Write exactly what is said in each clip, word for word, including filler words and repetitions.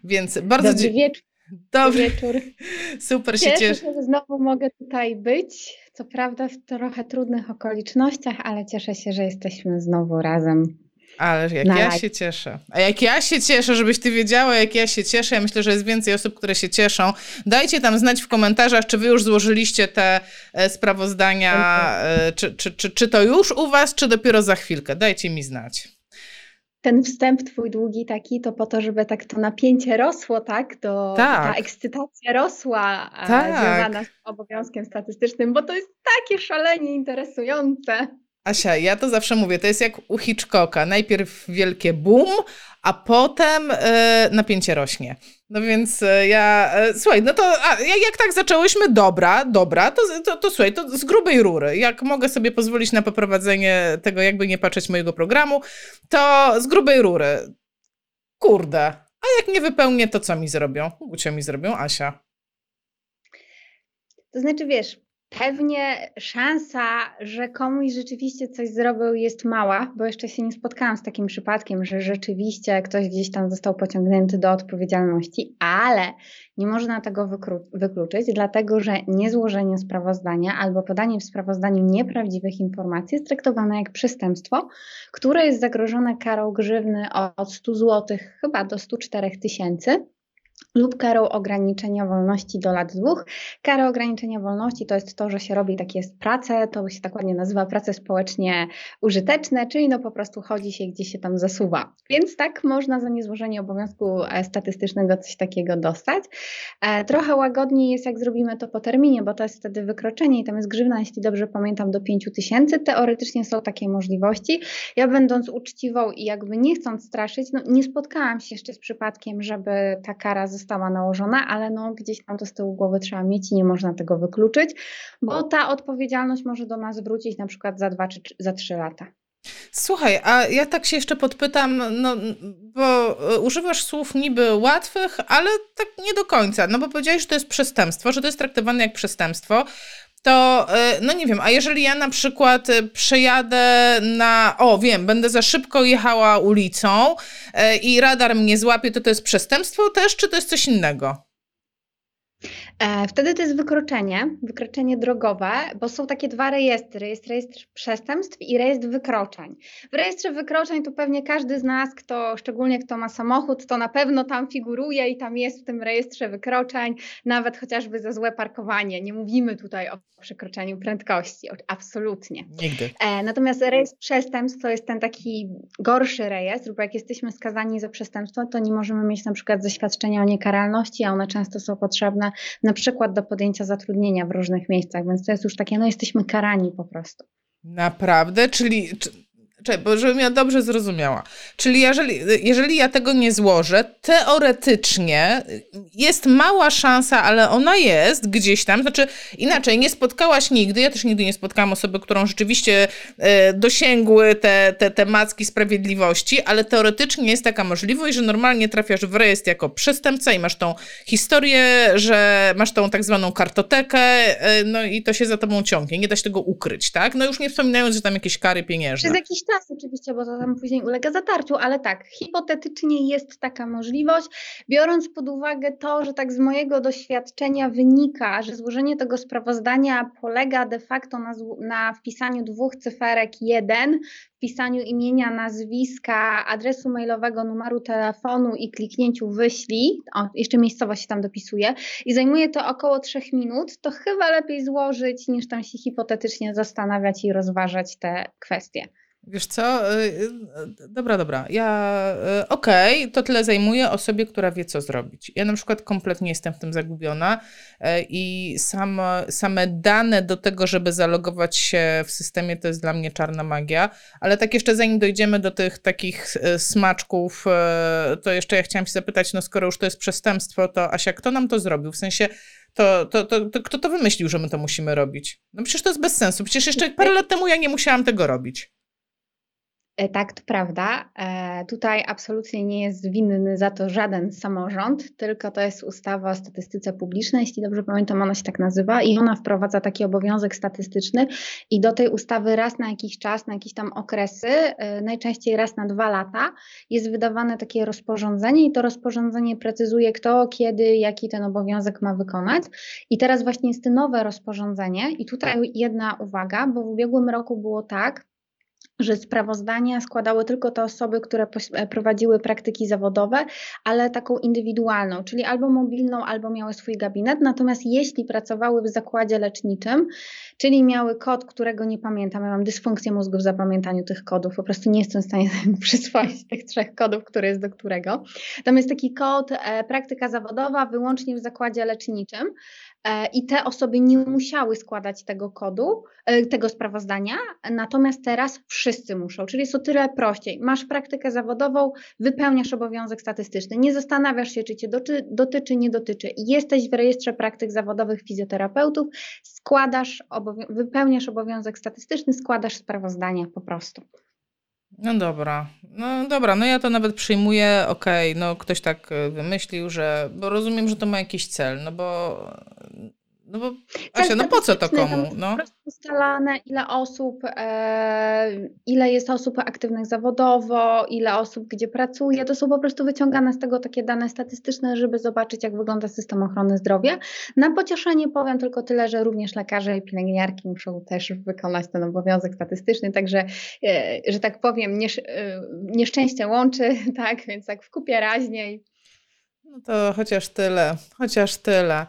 Więc bardzo... Dobry dzie- wieczór. Dobry Dobry, wieczór. super się Cieszę cieszę. się, że znowu mogę tutaj być. Co prawda w trochę trudnych okolicznościach, ale cieszę się, że jesteśmy znowu razem Ale jak na ja live. się cieszę. A jak ja się cieszę, żebyś ty wiedziała, jak ja się cieszę. Ja myślę, że jest więcej osób, które się cieszą. Dajcie tam znać w komentarzach, czy wy już złożyliście te e, sprawozdania, e, czy, czy, czy, czy to już u was, czy dopiero za chwilkę. Dajcie mi znać. Ten wstęp twój długi taki, to po to, żeby tak to napięcie rosło, tak? Do, to ta Tak, ekscytacja rosła e, tak. związana z obowiązkiem statystycznym, bo to jest takie szalenie interesujące. Asia, ja to zawsze mówię, to jest jak u Hitchcocka. Najpierw wielkie boom, a potem e, napięcie rośnie. No więc e, ja, e, słuchaj, no to a, jak, jak tak zaczęłyśmy, dobra, dobra, to, to, to słuchaj, to z grubej rury. Jak mogę sobie pozwolić na poprowadzenie tego, jakby nie patrzeć mojego programu, to z grubej rury. Kurde, a jak nie wypełnię, to co mi zrobią? Gucio mi zrobią, Asia. To znaczy, wiesz, pewnie szansa, że komuś rzeczywiście coś zrobił, jest mała, bo jeszcze się nie spotkałam z takim przypadkiem, że rzeczywiście ktoś gdzieś tam został pociągnięty do odpowiedzialności, ale nie można tego wykru- wykluczyć, dlatego że niezłożenie sprawozdania albo podanie w sprawozdaniu nieprawdziwych informacji jest traktowane jak przestępstwo, które jest zagrożone karą grzywny od stu złotych chyba do stu czterech tysięcy. Lub karą ograniczenia wolności do lat dwóch. Kara ograniczenia wolności to jest to, że się robi takie prace, to się tak ładnie nazywa prace społecznie użyteczne, czyli no po prostu chodzi się gdzieś się tam zasuwa. Więc tak można za niezłożenie obowiązku statystycznego coś takiego dostać. Trochę łagodniej jest, jak zrobimy to po terminie, bo to jest wtedy wykroczenie i tam jest grzywna, jeśli dobrze pamiętam, do pięciu tysięcy. Teoretycznie są takie możliwości. Ja będąc uczciwą i jakby nie chcąc straszyć, no nie spotkałam się jeszcze z przypadkiem, żeby ta kara została nałożona, ale no gdzieś tam to z tyłu głowy trzeba mieć i nie można tego wykluczyć, bo ta odpowiedzialność może do nas wrócić na przykład za dwa czy za trzy lata. Słuchaj, a ja tak się jeszcze podpytam, no, bo używasz słów niby łatwych, ale tak nie do końca, no bo powiedziałeś, że to jest przestępstwo, że to jest traktowane jak przestępstwo, to no nie wiem, a jeżeli ja na przykład przejadę na, o wiem, będę za szybko jechała ulicą i radar mnie złapie, to to jest przestępstwo też, czy to jest coś innego? Wtedy to jest wykroczenie, wykroczenie drogowe, bo są takie dwa rejestry. Jest rejestr przestępstw i rejestr wykroczeń. W rejestrze wykroczeń to pewnie każdy z nas, kto, szczególnie kto ma samochód, to na pewno tam figuruje i tam jest w tym rejestrze wykroczeń, nawet chociażby za złe parkowanie. Nie mówimy tutaj o przekroczeniu prędkości, absolutnie. Nigdy. Natomiast rejestr przestępstw to jest ten taki gorszy rejestr, bo jak jesteśmy skazani za przestępstwo, to nie możemy mieć na przykład zaświadczenia o niekaralności, a one często są potrzebne na przykład do podjęcia zatrudnienia w różnych miejscach, więc to jest już takie, no jesteśmy karani po prostu. Naprawdę? Czyli, czekaj, bo żebym ja dobrze zrozumiała. Czyli jeżeli, jeżeli ja tego nie złożę, teoretycznie jest mała szansa, ale ona jest gdzieś tam, znaczy inaczej, nie spotkałaś nigdy, ja też nigdy nie spotkałam osoby, którą rzeczywiście e, dosięgły te, te, te macki sprawiedliwości, ale teoretycznie jest taka możliwość, że normalnie trafiasz w rejestr jako przestępca i masz tą historię, że masz tą tak zwaną kartotekę, e, no i to się za tobą ciągnie, nie da się tego ukryć, tak? No już nie wspominając, że tam jakieś kary pieniężne. Przez jakiś czas oczywiście, bo to tam później ulega zatarciu, ale tak, hipotetycznie jest taka możliwość, biorąc pod uwagę to, że tak z mojego doświadczenia wynika, że złożenie tego sprawozdania polega de facto na, na wpisaniu dwóch cyferek jeden, wpisaniu imienia, nazwiska, adresu mailowego, numeru telefonu i kliknięciu wyślij, o, jeszcze miejscowość się tam dopisuje i zajmuje to około trzech minut, to chyba lepiej złożyć, niż tam się hipotetycznie zastanawiać i rozważać te kwestie. Wiesz co, dobra, dobra, ja okej, okay, to tyle zajmuje osobie, która wie, co zrobić. Ja na przykład kompletnie jestem w tym zagubiona i sam, same dane do tego, żeby zalogować się w systemie, to jest dla mnie czarna magia, ale tak jeszcze zanim dojdziemy do tych takich smaczków, to jeszcze ja chciałam się zapytać, no skoro już to jest przestępstwo, to Asia, kto nam to zrobił? W sensie, To, to, to, to kto to wymyślił, że my to musimy robić? No przecież to jest bez sensu, przecież jeszcze parę lat temu ja nie musiałam tego robić. Tak, to prawda. Tutaj absolutnie nie jest winny za to żaden samorząd, tylko to jest ustawa o statystyce publicznej, jeśli dobrze pamiętam, ona się tak nazywa i ona wprowadza taki obowiązek statystyczny i do tej ustawy raz na jakiś czas, na jakieś tam okresy, najczęściej raz na dwa lata jest wydawane takie rozporządzenie i to rozporządzenie precyzuje kto, kiedy, jaki ten obowiązek ma wykonać. I teraz właśnie jest to nowe rozporządzenie i tutaj jedna uwaga, bo w ubiegłym roku było tak, że sprawozdania składały tylko te osoby, które prowadziły praktyki zawodowe, ale taką indywidualną, czyli albo mobilną, albo miały swój gabinet. Natomiast jeśli pracowały w zakładzie leczniczym, czyli miały kod, którego nie pamiętam, ja mam dysfunkcję mózgu w zapamiętaniu tych kodów, po prostu nie jestem w stanie przyswoić tych trzech kodów, który jest do którego. Tam jest taki kod e, praktyka zawodowa wyłącznie w zakładzie leczniczym. I te osoby nie musiały składać tego kodu, tego sprawozdania, natomiast teraz wszyscy muszą, czyli jest o tyle prościej. Masz praktykę zawodową, wypełniasz obowiązek statystyczny, nie zastanawiasz się, czy cię doty, dotyczy, nie dotyczy. Jesteś w rejestrze praktyk zawodowych fizjoterapeutów, składasz, obowią- wypełniasz obowiązek statystyczny, składasz sprawozdania po prostu. No dobra, no dobra, no ja to nawet przyjmuję, okej, okay, no ktoś tak wymyślił, że, bo rozumiem, że to ma jakiś cel, no bo, no bo, Asia, no po co to komu? No. Po prostu ustalane, ile osób, e, ile jest osób aktywnych zawodowo, ile osób gdzie pracuje, to są po prostu wyciągane z tego takie dane statystyczne, żeby zobaczyć, jak wygląda system ochrony zdrowia. Na pocieszenie powiem tylko tyle, że również lekarze i pielęgniarki muszą też wykonać ten obowiązek statystyczny, także, e, że tak powiem, niesz, e, nieszczęście łączy, tak, więc tak w kupie raźniej. No to chociaż tyle, chociaż tyle.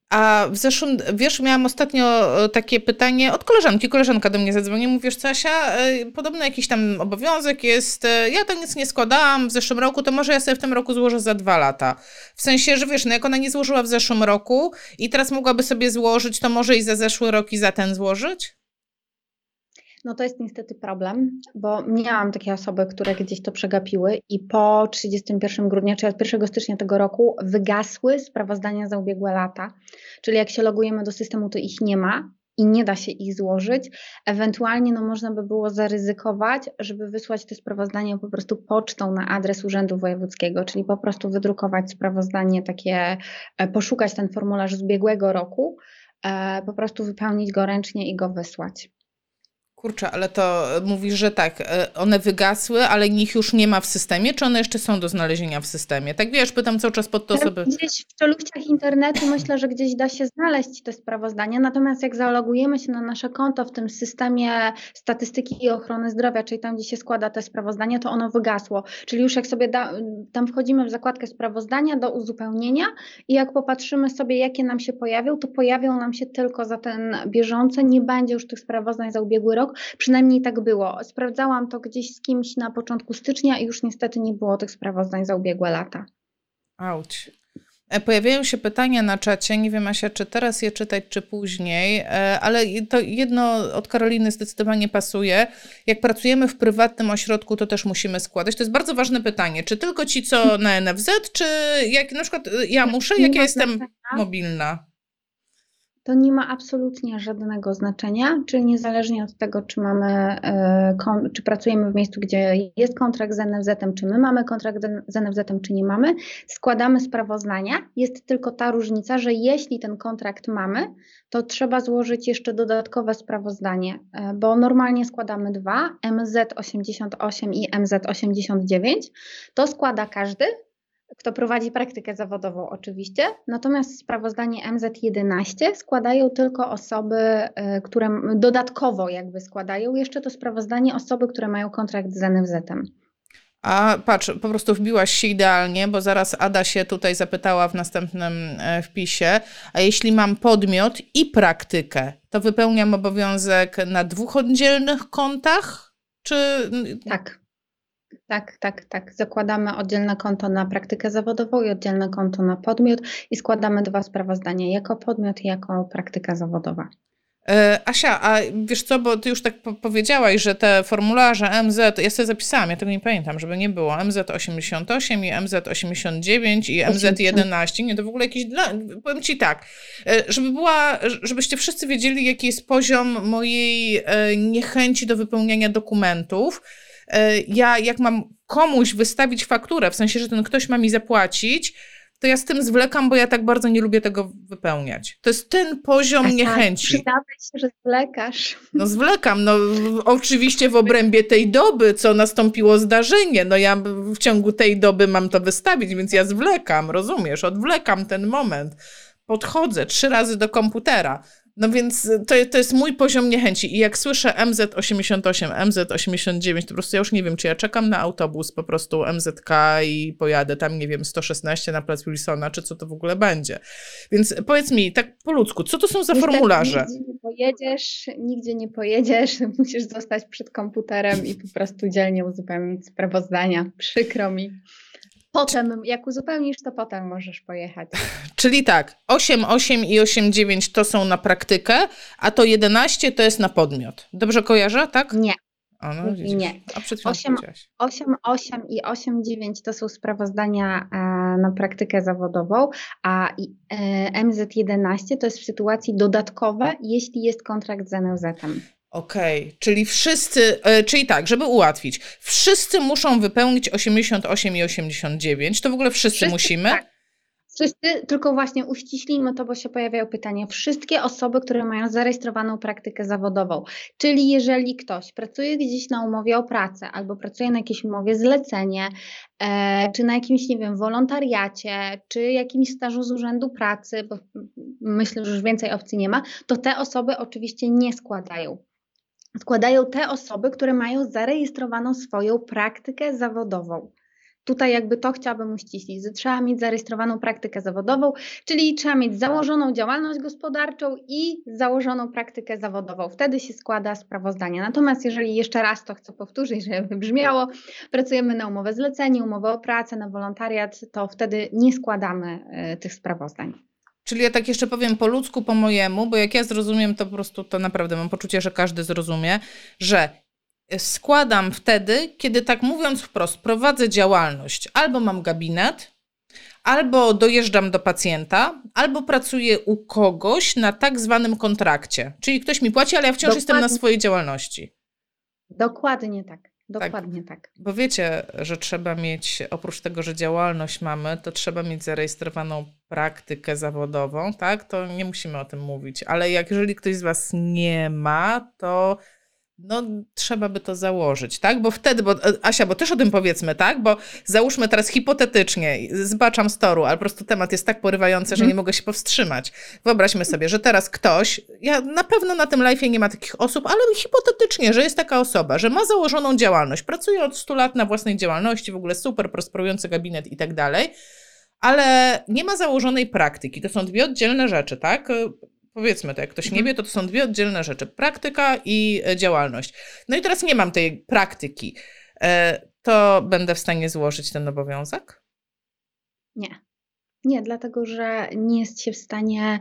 A w zeszłym, wiesz, miałam ostatnio takie pytanie od koleżanki. Koleżanka do mnie zadzwoniła, mówisz, co Asia, podobno jakiś tam obowiązek jest, ja tam nic nie składałam w zeszłym roku, to może ja sobie w tym roku złożę za dwa lata. W sensie, że wiesz, no jak ona nie złożyła w zeszłym roku i teraz mogłaby sobie złożyć, to może i za zeszły rok i za ten złożyć? No to jest niestety problem, bo miałam takie osoby, które gdzieś to przegapiły i po trzydziestego pierwszego grudnia, czy od pierwszego stycznia tego roku wygasły sprawozdania za ubiegłe lata. Czyli jak się logujemy do systemu, to ich nie ma i nie da się ich złożyć. Ewentualnie no, można by było zaryzykować, żeby wysłać te sprawozdania po prostu pocztą na adres Urzędu Wojewódzkiego, czyli po prostu wydrukować sprawozdanie takie, poszukać ten formularz z ubiegłego roku, po prostu wypełnić go ręcznie i go wysłać. Kurczę, ale to mówisz, że tak, one wygasły, ale ich już nie ma w systemie, czy one jeszcze są do znalezienia w systemie? Tak wiesz, pytam cały czas pod to sobie. Gdzieś w czeluściach internetu myślę, że gdzieś da się znaleźć te sprawozdania, natomiast jak zalogujemy się na nasze konto w tym systemie statystyki i ochrony zdrowia, czyli tam, gdzie się składa te sprawozdania, to ono wygasło. Czyli już jak sobie da, tam wchodzimy w zakładkę sprawozdania do uzupełnienia i jak popatrzymy sobie, jakie nam się pojawią, to pojawią nam się tylko za ten bieżący, nie będzie już tych sprawozdań za ubiegły rok. Przynajmniej tak było. Sprawdzałam to gdzieś z kimś na początku stycznia i już niestety nie było tych sprawozdań za ubiegłe lata. Auć. Pojawiają się pytania na czacie, nie wiem Asia, czy teraz je czytać, czy później, ale to jedno od Karoliny zdecydowanie pasuje. Jak pracujemy w prywatnym ośrodku, to też musimy składać. To jest bardzo ważne pytanie. Czy tylko ci, co na N F Z, czy jak na przykład ja muszę, jak ja jestem mobilna? To nie ma absolutnie żadnego znaczenia, czyli niezależnie od tego, czy mamy, czy pracujemy w miejscu, gdzie jest kontrakt z N F Z-em, czy my mamy kontrakt z N F Z-em, czy nie mamy, składamy sprawozdania. Jest tylko ta różnica, że jeśli ten kontrakt mamy, to trzeba złożyć jeszcze dodatkowe sprawozdanie, bo normalnie składamy dwa, M Z osiemdziesiąt osiem i M Z osiemdziesiąt dziewięć. To składa każdy, kto prowadzi praktykę zawodową oczywiście, natomiast sprawozdanie M Z jedenaście składają tylko osoby, które dodatkowo jakby składają jeszcze to sprawozdanie osoby, które mają kontrakt z N F Z-em. A patrz, po prostu wbiłaś się idealnie, bo zaraz Ada się tutaj zapytała w następnym wpisie, a jeśli mam podmiot i praktykę, to wypełniam obowiązek na dwóch oddzielnych kontach? Czy... Tak. Tak, tak, tak. Zakładamy oddzielne konto na praktykę zawodową i oddzielne konto na podmiot i składamy dwa sprawozdania, jako podmiot i jako praktyka zawodowa. Asia, a wiesz co, bo ty już tak powiedziałaś, że te formularze M Z, ja sobie zapisałam, ja tego nie pamiętam, żeby nie było, M Z osiemdziesiąt osiem i M Z osiemdziesiąt dziewięć i M Z jedenaście, nie, to w ogóle jakieś, powiem ci tak, żeby była, żebyście wszyscy wiedzieli, jaki jest poziom mojej niechęci do wypełniania dokumentów. ja jak mam komuś wystawić fakturę, w sensie, że ten ktoś ma mi zapłacić, to ja z tym zwlekam, bo ja tak bardzo nie lubię tego wypełniać. To jest ten poziom A niechęci. Tak, przydawaj się, że zwlekasz. No zwlekam, no oczywiście w obrębie tej doby, co nastąpiło zdarzenie, no ja w ciągu tej doby mam to wystawić, więc ja zwlekam, rozumiesz, odwlekam ten moment. Podchodzę trzy razy do komputera. No więc to, to jest mój poziom niechęci. I jak słyszę M Z osiemdziesiąt osiem, M Z osiemdziesiąt dziewięć, to po prostu ja już nie wiem, czy ja czekam na autobus po prostu M Z K i pojadę tam, nie wiem, sto szesnaście na plac Wilsona, czy co to w ogóle będzie. Więc powiedz mi, tak po ludzku, co to są za Niestety formularze? Nigdzie nie pojedziesz, nigdzie nie pojedziesz, musisz zostać przed komputerem i po prostu dzielnie uzupełnić sprawozdania. Przykro mi. Potem, jak uzupełnisz, to potem możesz pojechać. Czyli tak, osiem osiem i osiem dziewięć to są na praktykę, a to jedenaście to jest na podmiot. Dobrze kojarzę, tak? Nie. O, no, widzisz. Nie. A przed chwilą osiem, powiedziałaś. osiem osiem i osiem dziewięć to są sprawozdania e, na praktykę zawodową, a i, e, M Z jedenaście to jest w sytuacji dodatkowe, jeśli jest kontrakt z N F Z-em. Okej, okay. Czyli wszyscy, e, czyli tak, żeby ułatwić, wszyscy muszą wypełnić osiemdziesiąt osiem i osiemdziesiąt dziewięć, to w ogóle wszyscy, wszyscy musimy? Tak. Wszyscy, tylko właśnie uściślimy to, bo się pojawiają pytania. Wszystkie osoby, które mają zarejestrowaną praktykę zawodową, czyli jeżeli ktoś pracuje gdzieś na umowie o pracę albo pracuje na jakiejś umowie zlecenie, e, czy na jakimś, nie wiem, wolontariacie, czy jakimś stażu z urzędu pracy, bo myślę, że już więcej opcji nie ma, to te osoby oczywiście nie składają. Składają te osoby, które mają zarejestrowaną swoją praktykę zawodową. Tutaj jakby to chciałabym uściślić, że trzeba mieć zarejestrowaną praktykę zawodową, czyli trzeba mieć założoną działalność gospodarczą i założoną praktykę zawodową. Wtedy się składa sprawozdanie. Natomiast jeżeli jeszcze raz to chcę powtórzyć, żeby wybrzmiało, pracujemy na umowę zlecenie, umowę o pracę, na wolontariat, to wtedy nie składamy y, tych sprawozdań. Czyli ja tak jeszcze powiem po ludzku, po mojemu, bo jak ja zrozumiem, to po prostu to naprawdę mam poczucie, że każdy zrozumie, że składam wtedy, kiedy tak mówiąc wprost, prowadzę działalność. Albo mam gabinet, albo dojeżdżam do pacjenta, albo pracuję u kogoś na tak zwanym kontrakcie. Czyli ktoś mi płaci, ale ja wciąż Dokładnie. jestem na swojej działalności. Dokładnie tak. Dokładnie tak, tak. Bo wiecie, że trzeba mieć, oprócz tego, że działalność mamy, to trzeba mieć zarejestrowaną praktykę zawodową, tak? To nie musimy o tym mówić. Ale jak jeżeli ktoś z was nie ma, to no trzeba by to założyć, tak? Bo wtedy, bo Asia, bo też o tym powiedzmy, tak? Bo załóżmy teraz hipotetycznie, zbaczam z toru, ale po prostu temat jest tak porywający, że hmm. nie mogę się powstrzymać. Wyobraźmy sobie, że teraz ktoś, ja na pewno na tym live'ie nie ma takich osób, ale hipotetycznie, że jest taka osoba, że ma założoną działalność, pracuje od stu lat na własnej działalności, w ogóle super prosperujący gabinet i tak dalej, ale nie ma założonej praktyki. To są dwie oddzielne rzeczy, tak? Powiedzmy to, jak ktoś nie wie, to to są dwie oddzielne rzeczy. Praktyka i działalność. No i teraz nie mam tej praktyki. To będę w stanie złożyć ten obowiązek? Nie. Nie, dlatego że nie jest się w stanie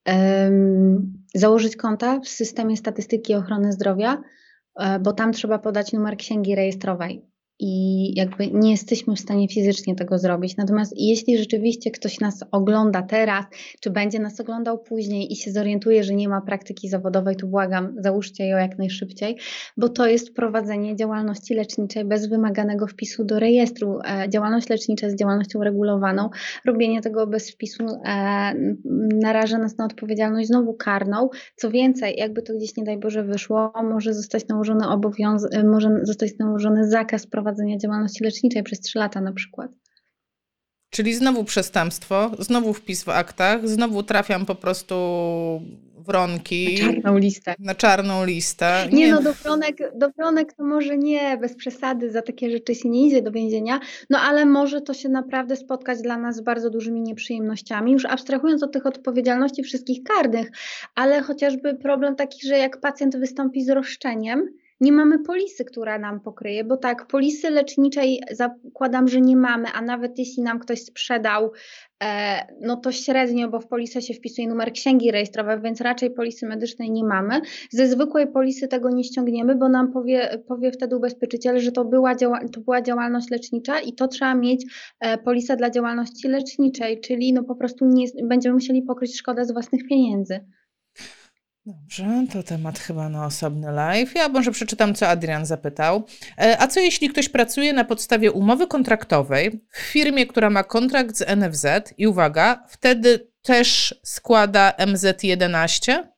um, założyć konta w systemie statystyki ochrony zdrowia, bo tam trzeba podać numer księgi rejestrowej. I jakby nie jesteśmy w stanie fizycznie tego zrobić. Natomiast jeśli rzeczywiście ktoś nas ogląda teraz, czy będzie nas oglądał później i się zorientuje, że nie ma praktyki zawodowej, to błagam, załóżcie ją jak najszybciej, bo to jest prowadzenie działalności leczniczej bez wymaganego wpisu do rejestru. E, działalność lecznicza jest działalnością regulowaną. Robienie tego bez wpisu e, naraża nas na odpowiedzialność znowu karną. Co więcej, jakby to gdzieś nie daj Boże wyszło, może zostać nałożony obowiązek, może zostać nałożony zakaz prowadzenia prowadzenia działalności leczniczej przez trzy lata na przykład. Czyli znowu przestępstwo, znowu wpis w aktach, znowu trafiam po prostu w ronki. Na czarną listę. Na czarną listę. Nie, nie no, do wronek, do wronek to może nie, bez przesady, za takie rzeczy się nie idzie do więzienia, no ale może to się naprawdę spotkać dla nas z bardzo dużymi nieprzyjemnościami, już abstrahując od tych odpowiedzialności wszystkich karnych, ale chociażby problem taki, że jak pacjent wystąpi z roszczeniem, nie mamy polisy, która nam pokryje, bo tak, polisy leczniczej zakładam, że nie mamy, a nawet jeśli nam ktoś sprzedał, e, no to średnio, bo w polisę się wpisuje numer księgi rejestrowej, więc raczej polisy medycznej nie mamy. Ze zwykłej polisy tego nie ściągniemy, bo nam powie, powie wtedy ubezpieczyciel, że to była, działa, to była działalność lecznicza i to trzeba mieć e, polisę dla działalności leczniczej, czyli no po prostu nie, będziemy musieli pokryć szkodę z własnych pieniędzy. Dobrze, to temat chyba na osobny live. Ja może przeczytam, co Adrian zapytał. A co jeśli ktoś pracuje na podstawie umowy kontraktowej w firmie, która ma kontrakt z N F Z i uwaga, wtedy też składa M Z jedenaście?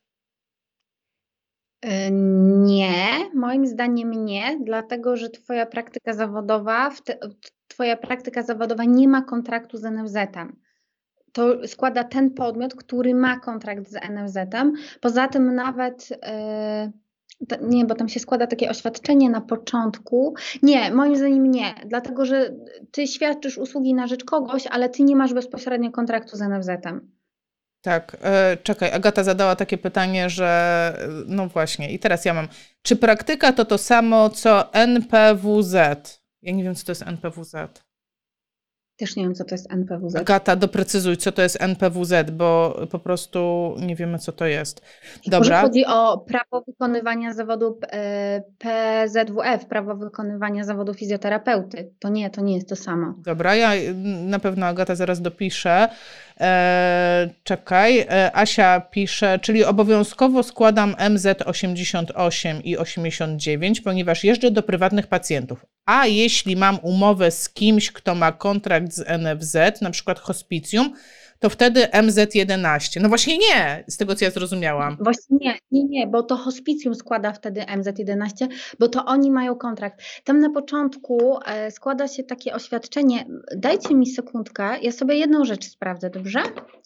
Nie, moim zdaniem nie, dlatego że twoja praktyka zawodowa, twoja praktyka zawodowa nie ma kontraktu z N F Z-em. To składa ten podmiot, który ma kontrakt z N F Z-em. Poza tym nawet, yy, nie, bo tam się składa takie oświadczenie na początku. Nie, moim zdaniem nie, dlatego że ty świadczysz usługi na rzecz kogoś, ale ty nie masz bezpośrednio kontraktu z N F Z-em. Tak, e, czekaj, Agata zadała takie pytanie, że no właśnie i teraz ja mam, czy praktyka to to samo co N P W Z? Ja nie wiem, co to jest N P W Z. Też nie wiem, co to jest N P W Z. Agata, doprecyzuj, co to jest N P W Z, bo po prostu nie wiemy, co to jest. Dobra. Może chodzi o prawo wykonywania zawodu P Z W F, prawo wykonywania zawodu fizjoterapeuty. To nie, to nie jest to samo. Dobra, ja na pewno Agata zaraz dopiszę. Eee, czekaj, e, Asia pisze, czyli obowiązkowo składam M Z osiemdziesiąt osiem i osiemdziesiąt dziewięć, ponieważ jeżdżę do prywatnych pacjentów. A jeśli mam umowę z kimś, kto ma kontrakt z N F Z, na przykład hospicjum, to wtedy M Z jedenaście. No właśnie nie, z tego co ja zrozumiałam. Właśnie nie, nie, nie, bo to hospicjum składa wtedy M Z jedenaście, bo to oni mają kontrakt. Tam na początku e, składa się takie oświadczenie, dajcie mi sekundkę, ja sobie jedną rzecz sprawdzę, dobrze?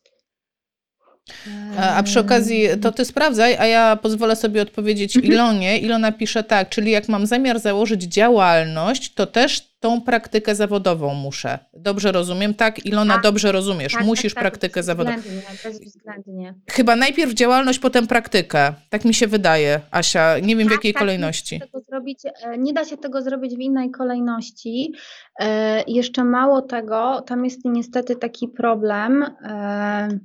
A, a przy okazji to ty sprawdzaj, a ja pozwolę sobie odpowiedzieć mhm. Ilonie. Ilona pisze tak, czyli jak mam zamiar założyć działalność, to też tą praktykę zawodową muszę. Dobrze rozumiem? Tak, Ilona, tak, dobrze rozumiesz. Tak, Musisz tak, praktykę tak, zawodową. Bezwzględnie. Chyba najpierw działalność, potem praktykę. Tak mi się wydaje, Asia. Nie wiem tak, w jakiej tak, kolejności. Nie da, się tego zrobić, nie da się tego zrobić w innej kolejności. E, jeszcze mało tego, tam jest niestety taki problem. E,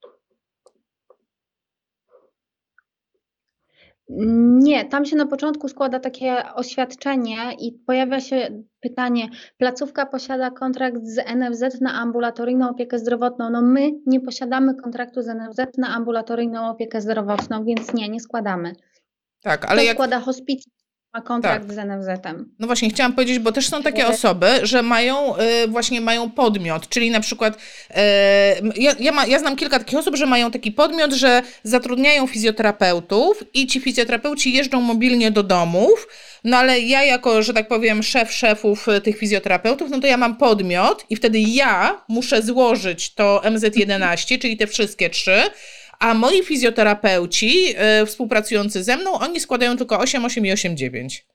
Nie, tam się na początku składa takie oświadczenie i pojawia się pytanie, placówka posiada kontrakt z N F Z na ambulatoryjną opiekę zdrowotną. No my nie posiadamy kontraktu z N F Z na ambulatoryjną opiekę zdrowotną, więc nie, nie składamy. Tak, ale to jak... składa hospicjum, ma kontrakt tak. z N F Z-em. No właśnie, chciałam powiedzieć, bo też są takie osoby, że mają y, właśnie mają podmiot, czyli na przykład y, ja, ja, ma, ja znam kilka takich osób, że mają taki podmiot, że zatrudniają fizjoterapeutów i ci fizjoterapeuci jeżdżą mobilnie do domów, no ale ja jako, że tak powiem, szef szefów tych fizjoterapeutów, no to ja mam podmiot i wtedy ja muszę złożyć to M Z jedenaście, czyli te wszystkie trzy, a moi fizjoterapeuci y, współpracujący ze mną, oni składają tylko osiem, osiem i osiem dziewięć.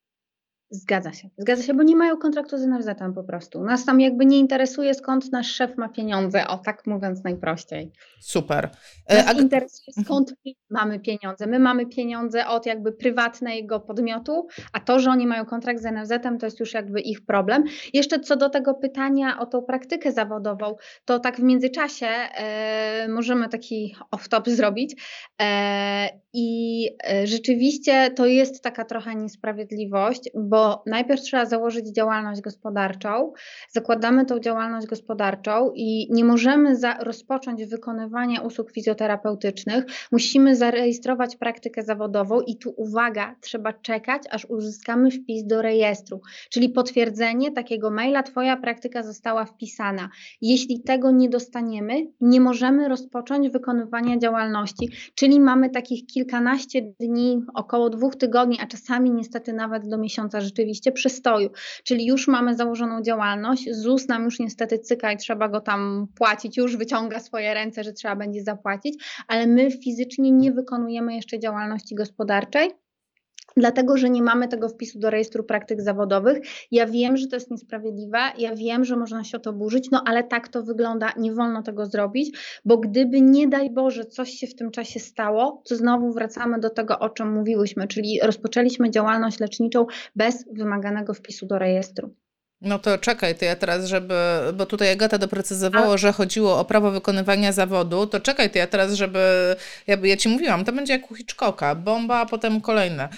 Zgadza się. Zgadza się, bo nie mają kontraktu z N F Z-em po prostu. Nas tam jakby nie interesuje, skąd nasz szef ma pieniądze, o tak mówiąc najprościej. Super. Nas Ag- interesuje, skąd my mamy pieniądze. My mamy pieniądze od jakby prywatnego podmiotu, a to, że oni mają kontrakt z N F Z-em, to jest już jakby ich problem. Jeszcze co do tego pytania o tą praktykę zawodową, to tak w międzyczasie e, możemy taki off-top zrobić e, i e, rzeczywiście to jest taka trochę niesprawiedliwość, bo Bo najpierw trzeba założyć działalność gospodarczą, zakładamy tą działalność gospodarczą i nie możemy za, rozpocząć wykonywania usług fizjoterapeutycznych, musimy zarejestrować praktykę zawodową i tu uwaga, trzeba czekać, aż uzyskamy wpis do rejestru, czyli potwierdzenie takiego maila, twoja praktyka została wpisana. Jeśli tego nie dostaniemy, nie możemy rozpocząć wykonywania działalności, czyli mamy takich kilkanaście dni, około dwóch tygodni, a czasami niestety nawet do miesiąca rzeczywiście przystoju, czyli już mamy założoną działalność, ZUS nam już niestety cyka i trzeba go tam płacić, już wyciąga swoje ręce, że trzeba będzie zapłacić, ale my fizycznie nie wykonujemy jeszcze działalności gospodarczej, dlatego, że nie mamy tego wpisu do rejestru praktyk zawodowych. Ja wiem, że to jest niesprawiedliwe, ja wiem, że można się o to burzyć, no ale tak to wygląda, nie wolno tego zrobić, bo gdyby nie daj Boże coś się w tym czasie stało, to znowu wracamy do tego, o czym mówiłyśmy, czyli rozpoczęliśmy działalność leczniczą bez wymaganego wpisu do rejestru. No to czekaj, to ja teraz, żeby, bo tutaj Agata doprecyzowała, że chodziło o prawo wykonywania zawodu, to czekaj, to ja teraz, żeby, ja, ja ci mówiłam, to będzie jak u Hitchcocka, bomba, a potem kolejne.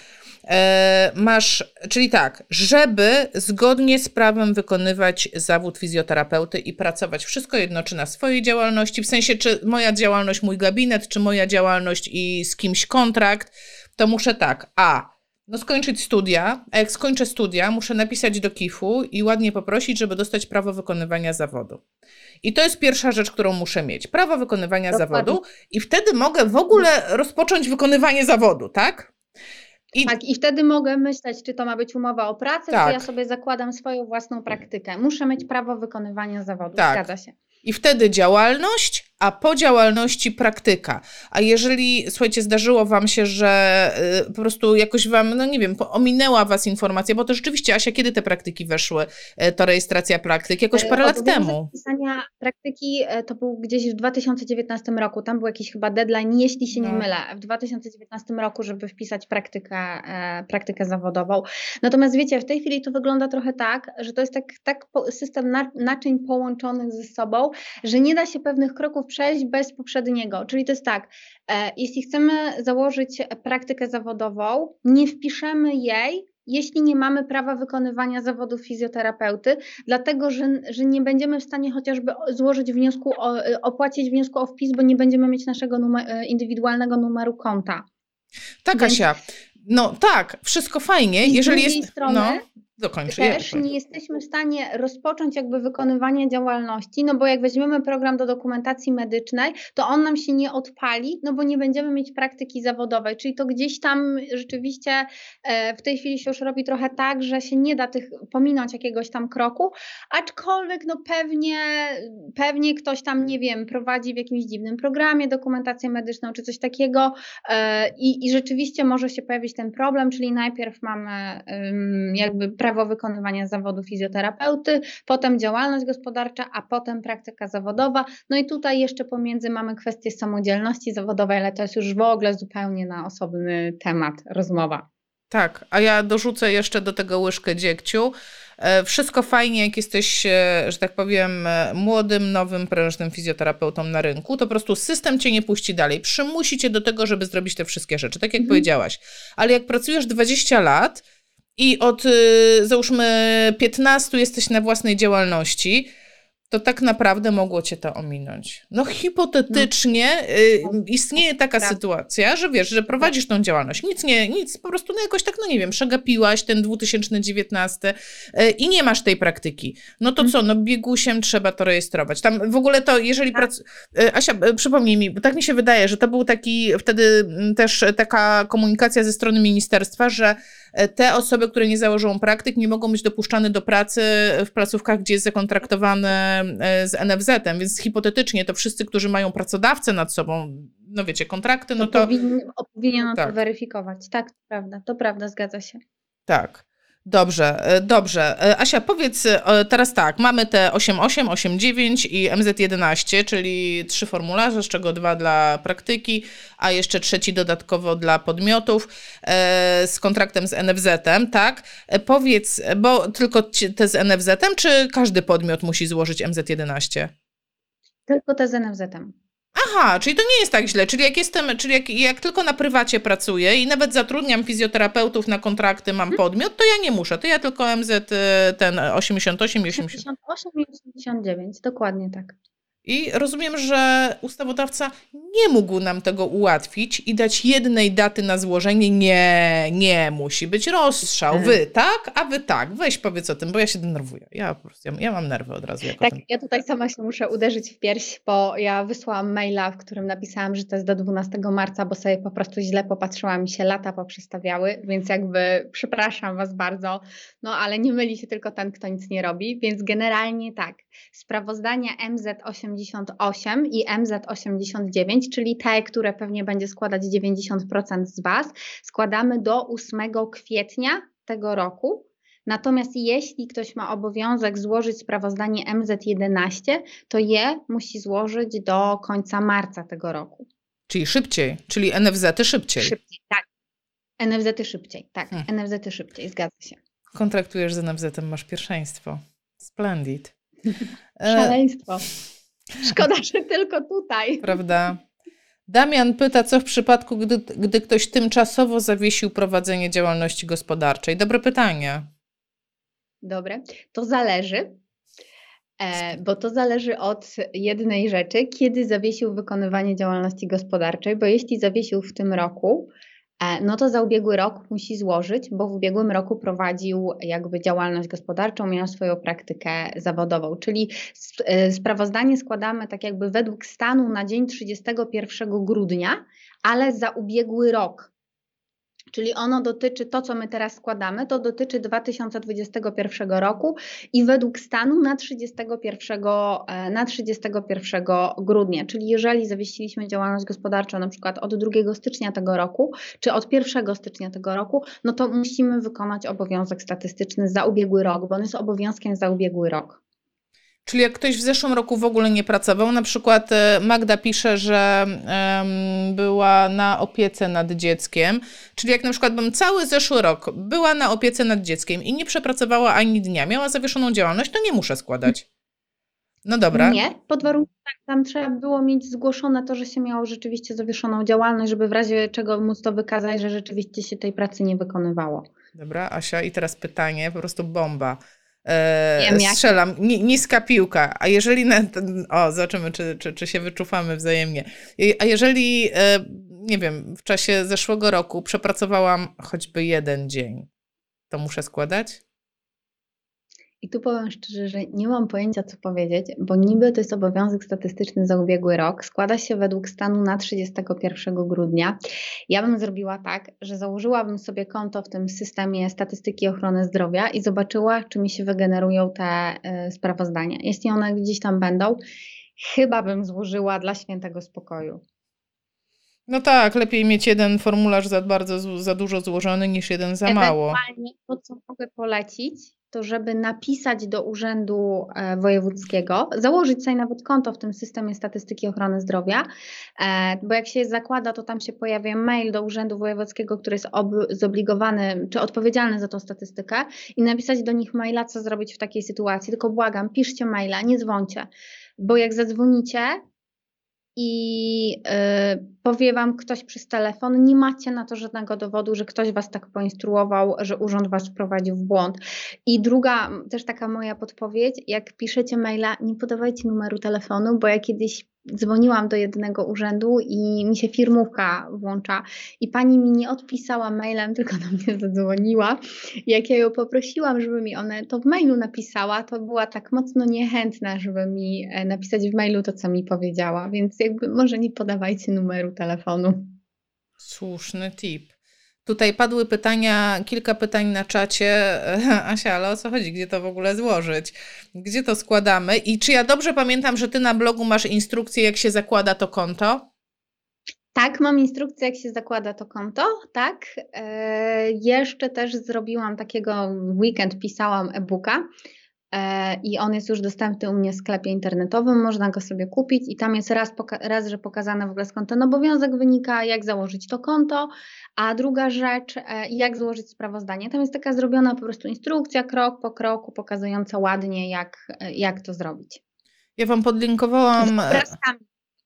e, masz, czyli tak, żeby zgodnie z prawem wykonywać zawód fizjoterapeuty i pracować wszystko jedno, czy na swojej działalności, w sensie czy moja działalność, mój gabinet, czy moja działalność i z kimś kontrakt, to muszę tak, a no skończyć studia, a jak skończę studia, muszę napisać do kifu i ładnie poprosić, żeby dostać prawo wykonywania zawodu. I to jest pierwsza rzecz, którą muszę mieć. Prawo wykonywania Dokładnie. zawodu i wtedy mogę w ogóle rozpocząć wykonywanie zawodu, tak? I... Tak, i wtedy mogę myśleć, czy to ma być umowa o pracę, tak. czy ja sobie zakładam swoją własną praktykę. Muszę mieć prawo wykonywania zawodu, tak. Zgadza się. I wtedy działalność, a po działalności praktyka. A jeżeli, słuchajcie, zdarzyło wam się, że y, po prostu jakoś wam, no nie wiem, ominęła was informacja, bo to rzeczywiście, Asia, kiedy te praktyki weszły, y, to rejestracja praktyk? Jakoś parę lat temu. Zapisania praktyki to był gdzieś w dwa tysiące dziewiętnastym roku, tam był jakiś chyba deadline, jeśli się nie no. mylę, w dwa tysiące dziewiętnastym roku, żeby wpisać praktykę, e, praktykę zawodową. Natomiast wiecie, w tej chwili to wygląda trochę tak, że to jest tak, tak system na, naczyń połączonych ze sobą, że nie da się pewnych kroków przejść bez poprzedniego. Czyli to jest tak, e, jeśli chcemy założyć praktykę zawodową, nie wpiszemy jej, jeśli nie mamy prawa wykonywania zawodu fizjoterapeuty, dlatego że, że nie będziemy w stanie chociażby złożyć wniosku, o, opłacić wniosku o wpis, bo nie będziemy mieć naszego numer, indywidualnego numeru konta. Tak, Więc... Asia. No tak, wszystko fajnie. I jeżeli z drugiej jest strony, no. Dokończy, też ja nie jesteśmy w stanie rozpocząć jakby wykonywania działalności, no bo jak weźmiemy program do dokumentacji medycznej, to on nam się nie odpali, no bo nie będziemy mieć praktyki zawodowej, czyli to gdzieś tam rzeczywiście w tej chwili się już robi trochę tak, że się nie da tych pominąć jakiegoś tam kroku, aczkolwiek no pewnie, pewnie ktoś tam, nie wiem, prowadzi w jakimś dziwnym programie dokumentację medyczną czy coś takiego i, i rzeczywiście może się pojawić ten problem, czyli najpierw mamy jakby prawo wykonywania zawodu fizjoterapeuty, potem działalność gospodarcza, a potem praktyka zawodowa. No i tutaj jeszcze pomiędzy mamy kwestię samodzielności zawodowej, ale to jest już w ogóle zupełnie na osobny temat rozmowa. Tak, a ja dorzucę jeszcze do tego łyżkę dziegciu. Wszystko fajnie, jak jesteś, że tak powiem, młodym, nowym, prężnym fizjoterapeutą na rynku, to po prostu system cię nie puści dalej. Przymusi cię do tego, żeby zrobić te wszystkie rzeczy, tak jak mhm. powiedziałaś. Ale jak pracujesz dwadzieścia lat, i od, załóżmy, piętnastu jesteś na własnej działalności, to tak naprawdę mogło cię to ominąć. No hipotetycznie no. y, istnieje taka Prawda. sytuacja, że wiesz, że prowadzisz tą działalność. Nic nie, nic, po prostu no jakoś tak, no nie wiem, przegapiłaś ten dwa tysiące dziewiętnasty y, i nie masz tej praktyki. No to hmm. co, no biegusiem trzeba to rejestrować. Tam w ogóle to, jeżeli... Tak. Prac... Y, Asia, y, przypomnij mi, bo tak mi się wydaje, że to był taki wtedy y, też taka komunikacja ze strony ministerstwa, że te osoby, które nie założą praktyk, nie mogą być dopuszczane do pracy w placówkach, gdzie jest zakontraktowane z en ef zet em, więc hipotetycznie to wszyscy, którzy mają pracodawcę nad sobą, no wiecie, kontrakty, no to... to powinien, powinien tak. to weryfikować. Tak, to prawda, to prawda, zgadza się. Tak. Dobrze, dobrze. Asia, powiedz teraz tak, mamy te osiem osiem, osiem dziewięć i em zet jedenaście, czyli trzy formularze, z czego dwa dla praktyki, a jeszcze trzeci dodatkowo dla podmiotów e, z kontraktem z en ef zet em, tak? Powiedz, bo tylko te z en ef zet em, czy każdy podmiot musi złożyć em zet jedenaście? Tylko te z en ef zet em. Aha, czyli to nie jest tak źle, czyli jak jestem, czyli jak, jak tylko na prywacie pracuję i nawet zatrudniam fizjoterapeutów na kontrakty, mam podmiot, to ja nie muszę, to ja tylko em zet ten osiemdziesiąt osiem i osiemdziesiąt. osiemdziesiąt osiem i osiemdziesiąt dziewięć, dokładnie tak. I rozumiem, że ustawodawca nie mógł nam tego ułatwić i dać jednej daty na złożenie. Nie, nie, musi być rozstrzał. Wy tak, a wy tak. Weź powiedz o tym, bo ja się denerwuję. Ja po prostu, ja, ja mam nerwy od razu. Jak tak, o tym... ja tutaj sama się muszę uderzyć w pierś, bo ja wysłałam maila, w którym napisałam, że to jest do dwunastego marca, bo sobie po prostu źle popatrzyłam, mi się lata poprzestawiały, więc jakby przepraszam was bardzo, no ale nie myli się tylko ten, kto nic nie robi, więc generalnie tak. Sprawozdania em zet osiemdziesiąt osiem i em zet osiemdziesiąt dziewięć, czyli te, które pewnie będzie składać dziewięćdziesiąt procent z was, składamy do ósmego kwietnia tego roku. Natomiast jeśli ktoś ma obowiązek złożyć sprawozdanie em zet jedenaście, to je musi złożyć do końca marca tego roku. Czyli szybciej, czyli en ef zety szybciej. Szybciej, tak. en ef zety szybciej, tak. Hmm. en ef zety szybciej, zgadza się. Kontraktujesz z en ef zetem, masz pierwszeństwo. Splendid. Szaleństwo. Szkoda, że tylko tutaj. Prawda. Damian pyta, co w przypadku, gdy, gdy ktoś tymczasowo zawiesił prowadzenie działalności gospodarczej. Dobre pytanie. Dobre, to zależy, e, bo to zależy od jednej rzeczy, kiedy zawiesił wykonywanie działalności gospodarczej, bo jeśli zawiesił w tym roku, e, no to za ubiegły rok musi złożyć, bo w ubiegłym roku prowadził jakby działalność gospodarczą, miał swoją praktykę zawodową, czyli sp- e, sprawozdanie składamy tak jakby według stanu na dzień trzydziestego pierwszego grudnia, ale za ubiegły rok. Czyli ono dotyczy, to co my teraz składamy, to dotyczy dwa tysiące dwudziestego pierwszego roku i według stanu na trzydziestego pierwszego, e, na trzydziestego pierwszego grudnia. Czyli jeżeli zawiesiliśmy działalność gospodarczą na przykład od drugiego stycznia tego roku, czy od pierwszego stycznia tego roku, no to musimy wykonać obowiązek statystyczny za ubiegły rok, bo on jest obowiązkiem za ubiegły rok. Czyli jak ktoś w zeszłym roku w ogóle nie pracował, na przykład e, Magda pisze, że em, była na opiece nad dzieckiem, czyli jak na przykład bym cały zeszły rok była na opiece nad dzieckiem i nie przepracowała ani dnia, miała zawieszoną działalność, to nie muszę składać. No dobra. Nie, pod warunkiem, tak, tam trzeba było mieć zgłoszone to, że się miało rzeczywiście zawieszoną działalność, żeby w razie czego móc to wykazać, że rzeczywiście się tej pracy nie wykonywało. Dobra, Asia, i teraz pytanie, po prostu bomba. E, Wiem, jak- strzelam, Ni, niska piłka, a jeżeli, na, ten- o zobaczymy, czy, czy, czy się wyczufamy wzajemnie, I- a jeżeli, e, nie wiem, w czasie zeszłego roku przepracowałam choćby jeden dzień, to muszę składać? I tu powiem szczerze, że nie mam pojęcia, co powiedzieć, bo niby to jest obowiązek statystyczny za ubiegły rok, składa się według stanu na trzydziestego pierwszego grudnia. Ja bym zrobiła tak, że założyłabym sobie konto w tym systemie statystyki ochrony zdrowia i zobaczyła, czy mi się wygenerują te y, sprawozdania. Jeśli one gdzieś tam będą, chyba bym złożyła dla świętego spokoju. No tak, lepiej mieć jeden formularz za bardzo, z- za dużo złożony niż jeden za mało. Ewentualnie to, co mogę polecić, to żeby napisać do Urzędu e, Wojewódzkiego, założyć sobie nawet konto w tym systemie statystyki ochrony zdrowia, e, bo jak się zakłada, to tam się pojawia mail do Urzędu Wojewódzkiego, który jest ob- zobligowany czy odpowiedzialny za tą statystykę i napisać do nich maila, co zrobić w takiej sytuacji. Tylko błagam, piszcie maila, nie dzwońcie, bo jak zadzwonicie i y, powie wam ktoś przez telefon, nie macie na to żadnego dowodu, że ktoś was tak poinstruował, że urząd was wprowadził w błąd. I druga, też taka moja podpowiedź, jak piszecie maila, nie podawajcie numeru telefonu, bo ja kiedyś dzwoniłam do jednego urzędu i mi się firmówka włącza i pani mi nie odpisała mailem, tylko do mnie zadzwoniła. Jak ja ją poprosiłam, żeby mi ona to w mailu napisała, to była tak mocno niechętna, żeby mi e, napisać w mailu to, co mi powiedziała, więc jakby może nie podawajcie numeru telefonu. Słuszny tip. Tutaj padły pytania, kilka pytań na czacie. Asia, ale o co chodzi? Gdzie to w ogóle złożyć? Gdzie to składamy? I czy ja dobrze pamiętam, że ty na blogu masz instrukcję, jak się zakłada to konto? Tak, mam instrukcję, jak się zakłada to konto, tak. E, jeszcze też zrobiłam takiego, w weekend pisałam e-booka e, i on jest już dostępny u mnie w sklepie internetowym, można go sobie kupić i tam jest raz, poka- raz że pokazane w ogóle skąd ten obowiązek wynika, jak założyć to konto, a druga rzecz, e, jak złożyć sprawozdanie. Tam jest taka zrobiona po prostu instrukcja, krok po kroku, pokazująca ładnie, jak, e, jak to zrobić. Ja wam podlinkowałam... Z obrazkami.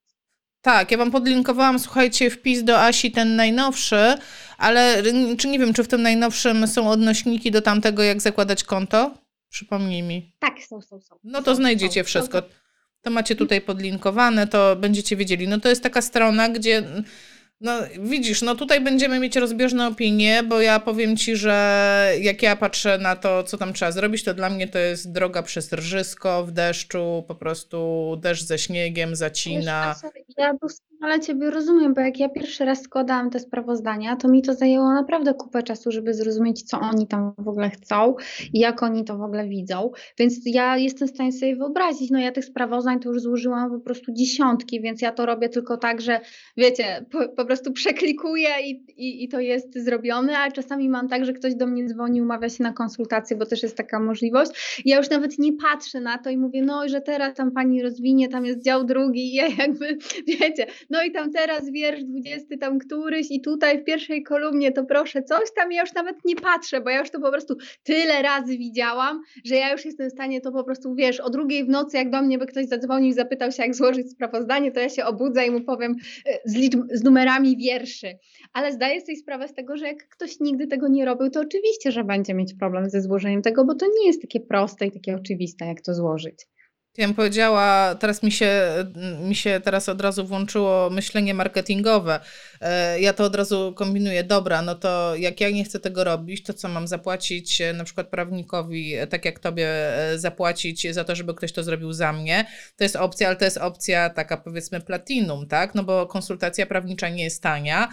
Tak, ja wam podlinkowałam, słuchajcie, wpis do Asi, ten najnowszy, ale czy nie wiem, czy w tym najnowszym są odnośniki do tamtego, jak zakładać konto? Przypomnij mi. Tak, są, są, są. No to Są, znajdziecie są, wszystko. są. To macie tutaj podlinkowane, to będziecie wiedzieli. No to jest taka strona, gdzie, no widzisz, no tutaj będziemy mieć rozbieżne opinie, bo ja powiem ci, że jak ja patrzę na to, co tam trzeba zrobić, to dla mnie to jest droga przez rżysko, w deszczu, po prostu deszcz ze śniegiem, zacina. Wiesz, Asia, ja doskonale Ciebie rozumiem, bo jak ja pierwszy raz składałam te sprawozdania, to mi to zajęło naprawdę kupę czasu, żeby zrozumieć, co oni tam w ogóle chcą i jak oni to w ogóle widzą. Więc ja jestem w stanie sobie wyobrazić, no ja tych sprawozdań to już złożyłam po prostu dziesiątki, więc ja to robię tylko tak, że wiecie, po, po prostu przeklikuję i, i, i to jest zrobione, a czasami mam tak, że ktoś do mnie dzwoni, umawia się na konsultację, bo też jest taka możliwość. I ja już nawet nie patrzę na to i mówię, no, że teraz tam pani rozwinie, tam jest dział drugi i ja jakby, wiecie, no i tam teraz wiersz dwudziesty tam któryś i tutaj w pierwszej kolumnie to proszę coś tam, ja już nawet nie patrzę, bo ja już to po prostu tyle razy widziałam, że ja już jestem w stanie to po prostu, wiesz, o drugiej w nocy, jak do mnie by ktoś zadzwonił i zapytał się, jak złożyć sprawozdanie, to ja się obudzę i mu powiem z, liczb, z numerami wierszy. Ale zdaję sobie sprawę z tego, że jak ktoś nigdy tego nie robił, to oczywiście, że będzie mieć problem ze złożeniem tego, bo to nie jest takie proste i takie oczywiste, jak to złożyć. Ja bym powiedziała, teraz mi się, mi się teraz od razu włączyło myślenie marketingowe. Ja to od razu kombinuję, dobra, no to jak ja nie chcę tego robić, to co mam zapłacić na przykład prawnikowi, tak jak tobie zapłacić za to, żeby ktoś to zrobił za mnie. To jest opcja, ale to jest opcja taka powiedzmy platinum, tak? No bo konsultacja prawnicza nie jest tania.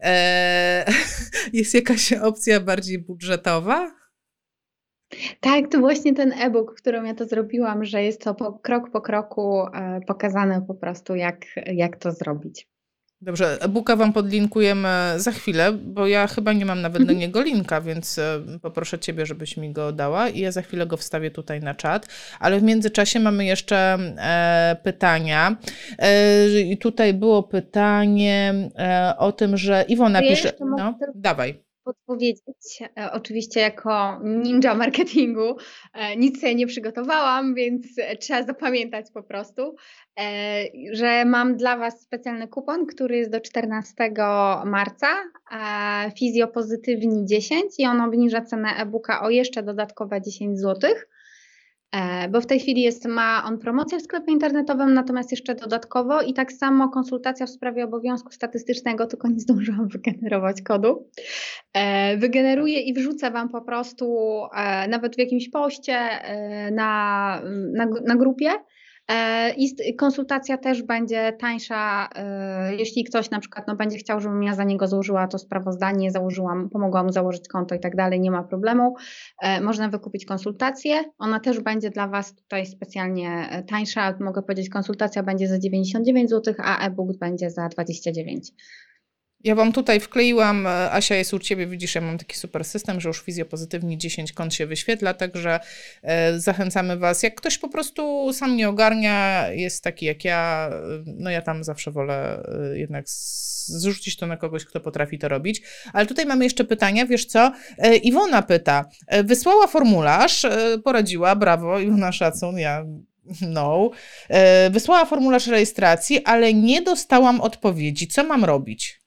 Jest jakaś opcja bardziej budżetowa? Tak, to właśnie ten e-book, w którym ja to zrobiłam, że jest to po, krok po kroku e, pokazane po prostu, jak, jak to zrobić. Dobrze, e-booka wam podlinkujemy za chwilę, bo ja chyba nie mam nawet do niego linka, więc poproszę ciebie, żebyś mi go dała i ja za chwilę go wstawię tutaj na czat. Ale w międzyczasie mamy jeszcze e, pytania. E, I tutaj było pytanie e, o tym, że Iwona ja pisze... No, dawaj. Podpowiedzieć, e, oczywiście jako ninja marketingu, e, nic sobie nie przygotowałam, więc trzeba zapamiętać po prostu, e, że mam dla Was specjalny kupon, który jest do czternastego marca, e, Fizjopozytywni dziesięć i on obniża cenę e-booka o jeszcze dodatkowe dziesięć złotych. Bo w tej chwili jest, ma on promocję w sklepie internetowym, natomiast jeszcze dodatkowo i tak samo konsultacja w sprawie obowiązku statystycznego, tylko nie zdążyłam wygenerować kodu. Wygeneruję i wrzucę Wam po prostu nawet w jakimś poście na, na, na grupie. I konsultacja też będzie tańsza, jeśli ktoś na przykład no, będzie chciał, żebym ja za niego złożyła to sprawozdanie, założyłam, pomogłam mu założyć konto i tak dalej, nie ma problemu. Można wykupić konsultację, ona też będzie dla Was tutaj specjalnie tańsza, mogę powiedzieć, konsultacja będzie za dziewięćdziesiąt dziewięć złotych, a e-book będzie za dwadzieścia dziewięć. Ja Wam tutaj wkleiłam, Asia jest u Ciebie, widzisz, ja mam taki super system, że już Fizjopozytywni dziesięć kont się wyświetla, także e, zachęcamy Was. Jak ktoś po prostu sam nie ogarnia, jest taki jak ja, no ja tam zawsze wolę e, jednak zrzucić to na kogoś, kto potrafi to robić. Ale tutaj mamy jeszcze pytania, wiesz co? E, Iwona pyta, e, wysłała formularz, e, poradziła, brawo, Iwona szacun, ja... No, e, wysłała formularz rejestracji, ale nie dostałam odpowiedzi. Co mam robić?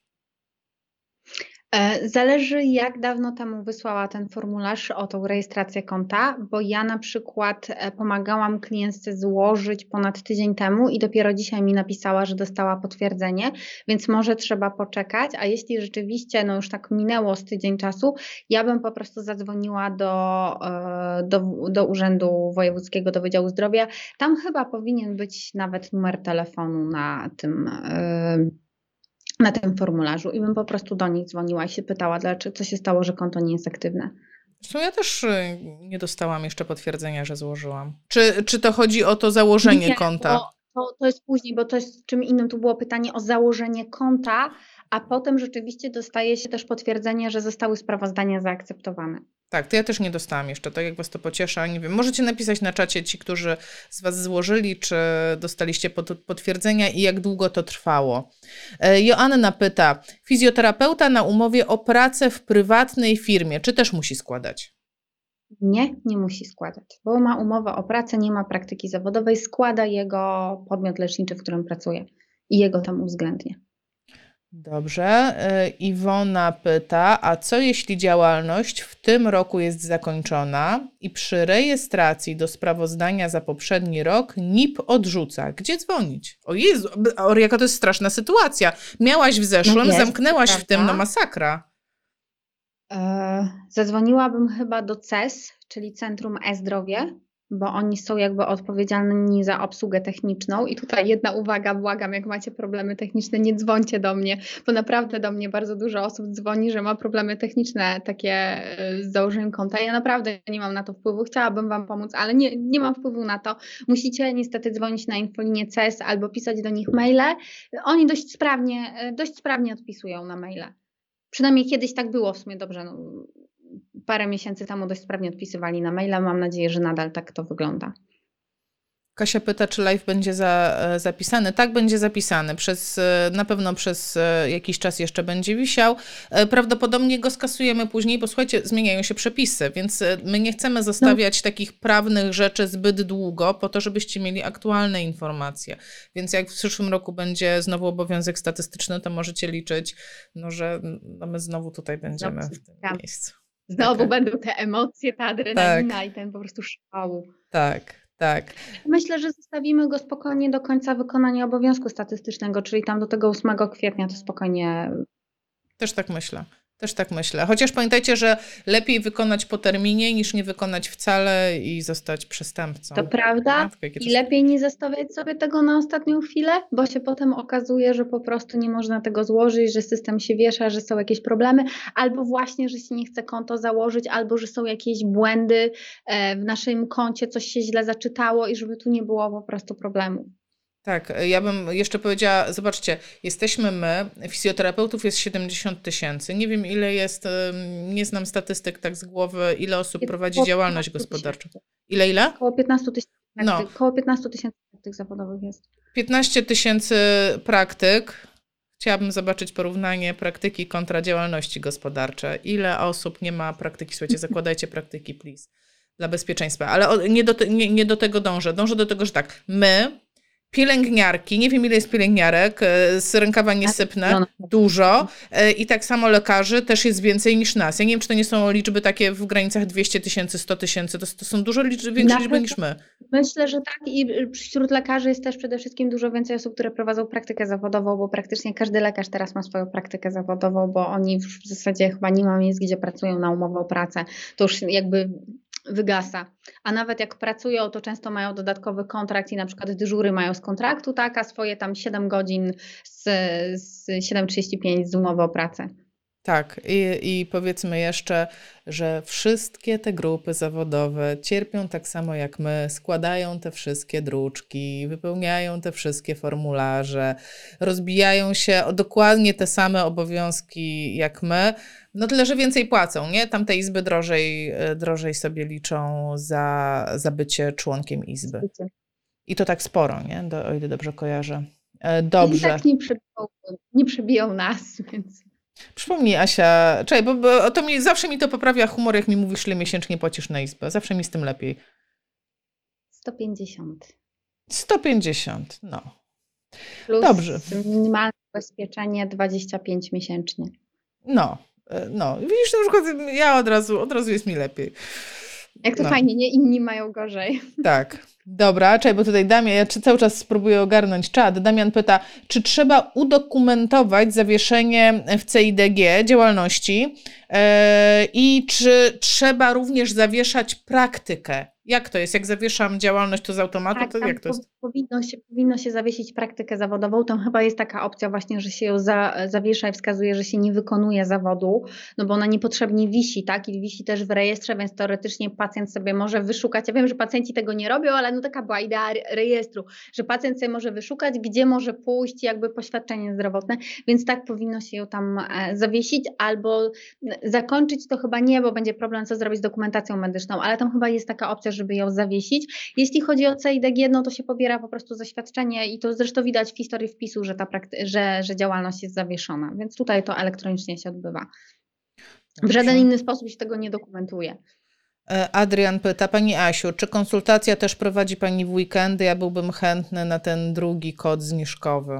Zależy, jak dawno temu wysłała ten formularz o tą rejestrację konta, bo ja na przykład pomagałam klientce złożyć ponad tydzień temu i dopiero dzisiaj mi napisała, że dostała potwierdzenie, więc może trzeba poczekać, a jeśli rzeczywiście no już tak minęło z tydzień czasu, ja bym po prostu zadzwoniła do, do, do Urzędu Wojewódzkiego, do Wydziału Zdrowia. Tam chyba powinien być nawet numer telefonu na tym na tym formularzu i bym po prostu do nich dzwoniła i się pytała, dlaczego, co się stało, że konto nie jest aktywne. Zresztą ja też nie dostałam jeszcze potwierdzenia, że złożyłam. Czy, czy to chodzi o to założenie nie, konta? Bo to, to jest później, bo to jest czym innym. Tu było pytanie o założenie konta, a potem rzeczywiście dostaje się też potwierdzenie, że zostały sprawozdania zaakceptowane. Tak, to ja też nie dostałam jeszcze, tak jak Was to pociesza, nie wiem, możecie napisać na czacie ci, którzy z Was złożyli, czy dostaliście potwierdzenia i jak długo to trwało. Joanna pyta, fizjoterapeuta na umowie o pracę w prywatnej firmie, czy też musi składać? Nie, nie musi składać, bo ma umowę o pracę, nie ma praktyki zawodowej, składa jego podmiot leczniczy, w którym pracuje i jego tam uwzględnia. Dobrze. Iwona pyta, a co jeśli działalność w tym roku jest zakończona i przy rejestracji do sprawozdania za poprzedni rok N I P odrzuca? Gdzie dzwonić? O Jezu, o, jaka to jest straszna sytuacja. Miałaś w zeszłym, no jest, zamknęłaś w tym, no masakra. E, zadzwoniłabym chyba do C E S, czyli Centrum E-Zdrowie, bo oni są jakby odpowiedzialni za obsługę techniczną i tutaj jedna uwaga, błagam, jak macie problemy techniczne, nie dzwońcie do mnie, bo naprawdę do mnie bardzo dużo osób dzwoni, że ma problemy techniczne takie z założeniem konta. Ja naprawdę nie mam na to wpływu, chciałabym Wam pomóc, ale nie, nie mam wpływu na to. Musicie niestety dzwonić na infolinię C E S albo pisać do nich maile. Oni dość sprawnie, dość sprawnie odpisują na maile. Przynajmniej kiedyś tak było, w sumie dobrze, no, parę miesięcy temu dość sprawnie odpisywali na maila. Mam nadzieję, że nadal tak to wygląda. Kasia pyta, czy live będzie za, zapisany. Tak, będzie zapisany. Przez, na pewno przez jakiś czas jeszcze będzie wisiał. Prawdopodobnie go skasujemy później, bo słuchajcie, zmieniają się przepisy, więc my nie chcemy zostawiać no. takich prawnych rzeczy zbyt długo, po to, żebyście mieli aktualne informacje. Więc jak w przyszłym roku będzie znowu obowiązek statystyczny, to możecie liczyć, no, że no, my znowu tutaj będziemy no, w tym tak. miejscu. Znowu tak. będą te emocje, ta adrenalina tak. i ten po prostu szał. Tak. Tak. Myślę, że zostawimy go spokojnie do końca wykonania obowiązku statystycznego, czyli tam do tego ósmego kwietnia to spokojnie. Też tak myślę. Też tak myślę. Chociaż pamiętajcie, że lepiej wykonać po terminie, niż nie wykonać wcale i zostać przestępcą. To prawda. Matko, I to... lepiej nie zostawiać sobie tego na ostatnią chwilę, bo się potem okazuje, że po prostu nie można tego złożyć, że system się wiesza, że są jakieś problemy, albo właśnie, że się nie chce konto założyć, albo że są jakieś błędy w naszym koncie, coś się źle zaczytało i żeby tu nie było po prostu problemu. Tak, ja bym jeszcze powiedziała, zobaczcie, jesteśmy my, fizjoterapeutów jest siedemdziesiąt tysięcy. Nie wiem, ile jest, nie znam statystyk tak z głowy, ile osób prowadzi działalność gospodarczą. Ile, ile? Około piętnaście tysięcy no. Około piętnaście tysięcy praktyk zawodowych jest. piętnaście tysięcy praktyk. Chciałabym zobaczyć porównanie praktyki kontra działalności gospodarcze. Ile osób nie ma praktyki? Słuchajcie, zakładajcie praktyki, please, dla bezpieczeństwa. Ale nie do, te, nie, nie do tego dążę. Dążę do tego, że tak, my... Pielęgniarki, nie wiem ile jest pielęgniarek, z rękawa nie sypnę, dużo i tak samo lekarzy też jest więcej niż nas. Ja nie wiem, czy to nie są liczby takie w granicach dwieście tysięcy, sto tysięcy, to, to są dużo liczby, większe liczby niż my. Myślę, że tak i wśród lekarzy jest też przede wszystkim dużo więcej osób, które prowadzą praktykę zawodową, bo praktycznie każdy lekarz teraz ma swoją praktykę zawodową, bo oni w zasadzie chyba nie ma miejsc, gdzie pracują na umowę o pracę. To już jakby wygasa. A nawet jak pracują, to często mają dodatkowy kontrakt i na przykład dyżury mają z kontraktu, tak, a swoje tam siedem godzin z, z siedem trzydzieści pięć z umowy o pracę. Tak i, i powiedzmy jeszcze, że wszystkie te grupy zawodowe cierpią tak samo jak my, składają te wszystkie druczki, wypełniają te wszystkie formularze, rozbijają się o dokładnie te same obowiązki jak my, no tyle, że więcej płacą, nie? Tamte izby drożej, drożej sobie liczą za, za bycie członkiem izby. I to tak sporo, nie? Do, o ile dobrze kojarzę. Dobrze. I tak nie przebiją, nie przebiją nas, więc... Przypomnij, Asia, czekaj, bo, bo to mi, zawsze mi to poprawia humor, jak mi mówisz, ile miesięcznie płacisz na izbę. Zawsze mi z tym lepiej. sto pięćdziesiąt. sto pięćdziesiąt, no. Plus dobrze. Minimalne ubezpieczenie dwadzieścia pięć miesięcznie. No, no. Widzisz, na przykład ja od razu, od razu jest mi lepiej. Jak to no. fajnie, nie? Inni mają gorzej. Tak. Dobra, czekaj, bo tutaj Damian, ja cały czas spróbuję ogarnąć czat. Damian pyta, czy trzeba udokumentować zawieszenie w C I D G działalności yy, i czy trzeba również zawieszać praktykę? Jak to jest? Jak zawieszam działalność, to z automatu? Tak, to jak to jest? Powinno się, powinno się zawiesić praktykę zawodową. Tam chyba jest taka opcja właśnie, że się ją za, zawiesza i wskazuje, że się nie wykonuje zawodu, no bo ona niepotrzebnie wisi, tak? I wisi też w rejestrze, więc teoretycznie pacjent sobie może wyszukać. Ja wiem, że pacjenci tego nie robią, ale no taka była idea rejestru, że pacjent sobie może wyszukać, gdzie może pójść jakby poświadczenie zdrowotne, więc tak powinno się ją tam zawiesić albo zakończyć to chyba nie, bo będzie problem, co zrobić z dokumentacją medyczną, ale tam chyba jest taka opcja, żeby ją zawiesić. Jeśli chodzi o C I D G, no to się pobiera po prostu zaświadczenie i to zresztą widać w historii wpisu, że, ta prakty- że, że działalność jest zawieszona, więc tutaj to elektronicznie się odbywa. W żaden inny sposób się tego nie dokumentuje. Adrian pyta, Pani Asiu, czy konsultacja też prowadzi Pani w weekendy? Ja byłbym chętny na ten drugi kod zniżkowy.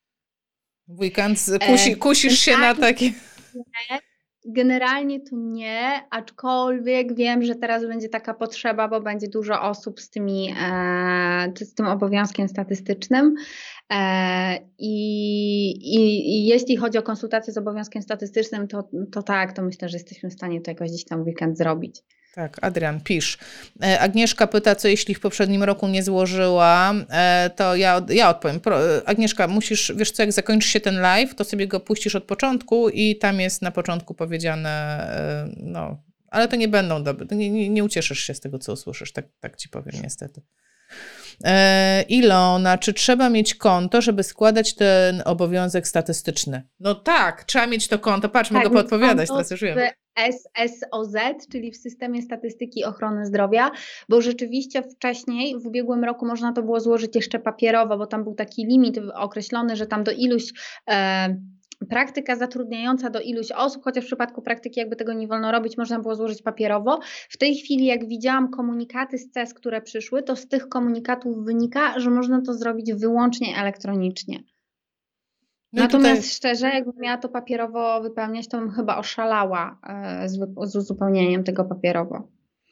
W weekend kusi, kusisz się na takie... Generalnie to nie, aczkolwiek wiem, że teraz będzie taka potrzeba, bo będzie dużo osób z, tymi, e, z tym obowiązkiem statystycznym e, i, i, i jeśli chodzi o konsultację z obowiązkiem statystycznym, to, to tak, to myślę, że jesteśmy w stanie to jakoś gdzieś tam w weekend zrobić. Tak, Adrian, pisz. Agnieszka pyta, co jeśli w poprzednim roku nie złożyła, to ja, ja odpowiem. Agnieszka, musisz, wiesz co, jak zakończy się ten live, to sobie go puścisz od początku i tam jest na początku powiedziane, no, ale to nie będą dobre, nie, nie, nie ucieszysz się z tego, co usłyszysz, tak, tak ci powiem niestety. E, Ilona, czy trzeba mieć konto, żeby składać ten obowiązek statystyczny? No tak, trzeba mieć to konto. Patrz, Tak, mogę mieć podpowiadać, konto teraz już wiem. w S S O Z, czyli w Systemie Statystyki Ochrony Zdrowia, bo rzeczywiście wcześniej, w ubiegłym roku można to było złożyć jeszcze papierowo, bo tam był taki limit określony, że tam do iluś e, praktyka zatrudniająca do iluś osób, chociaż w przypadku praktyki jakby tego nie wolno robić, można było złożyć papierowo. W tej chwili jak widziałam komunikaty z C E S, które przyszły, to z tych komunikatów wynika, że można to zrobić wyłącznie elektronicznie. No Natomiast tutaj... szczerze, jakbym miała to papierowo wypełniać, to bym chyba oszalała z, z uzupełnieniem tego papierowo.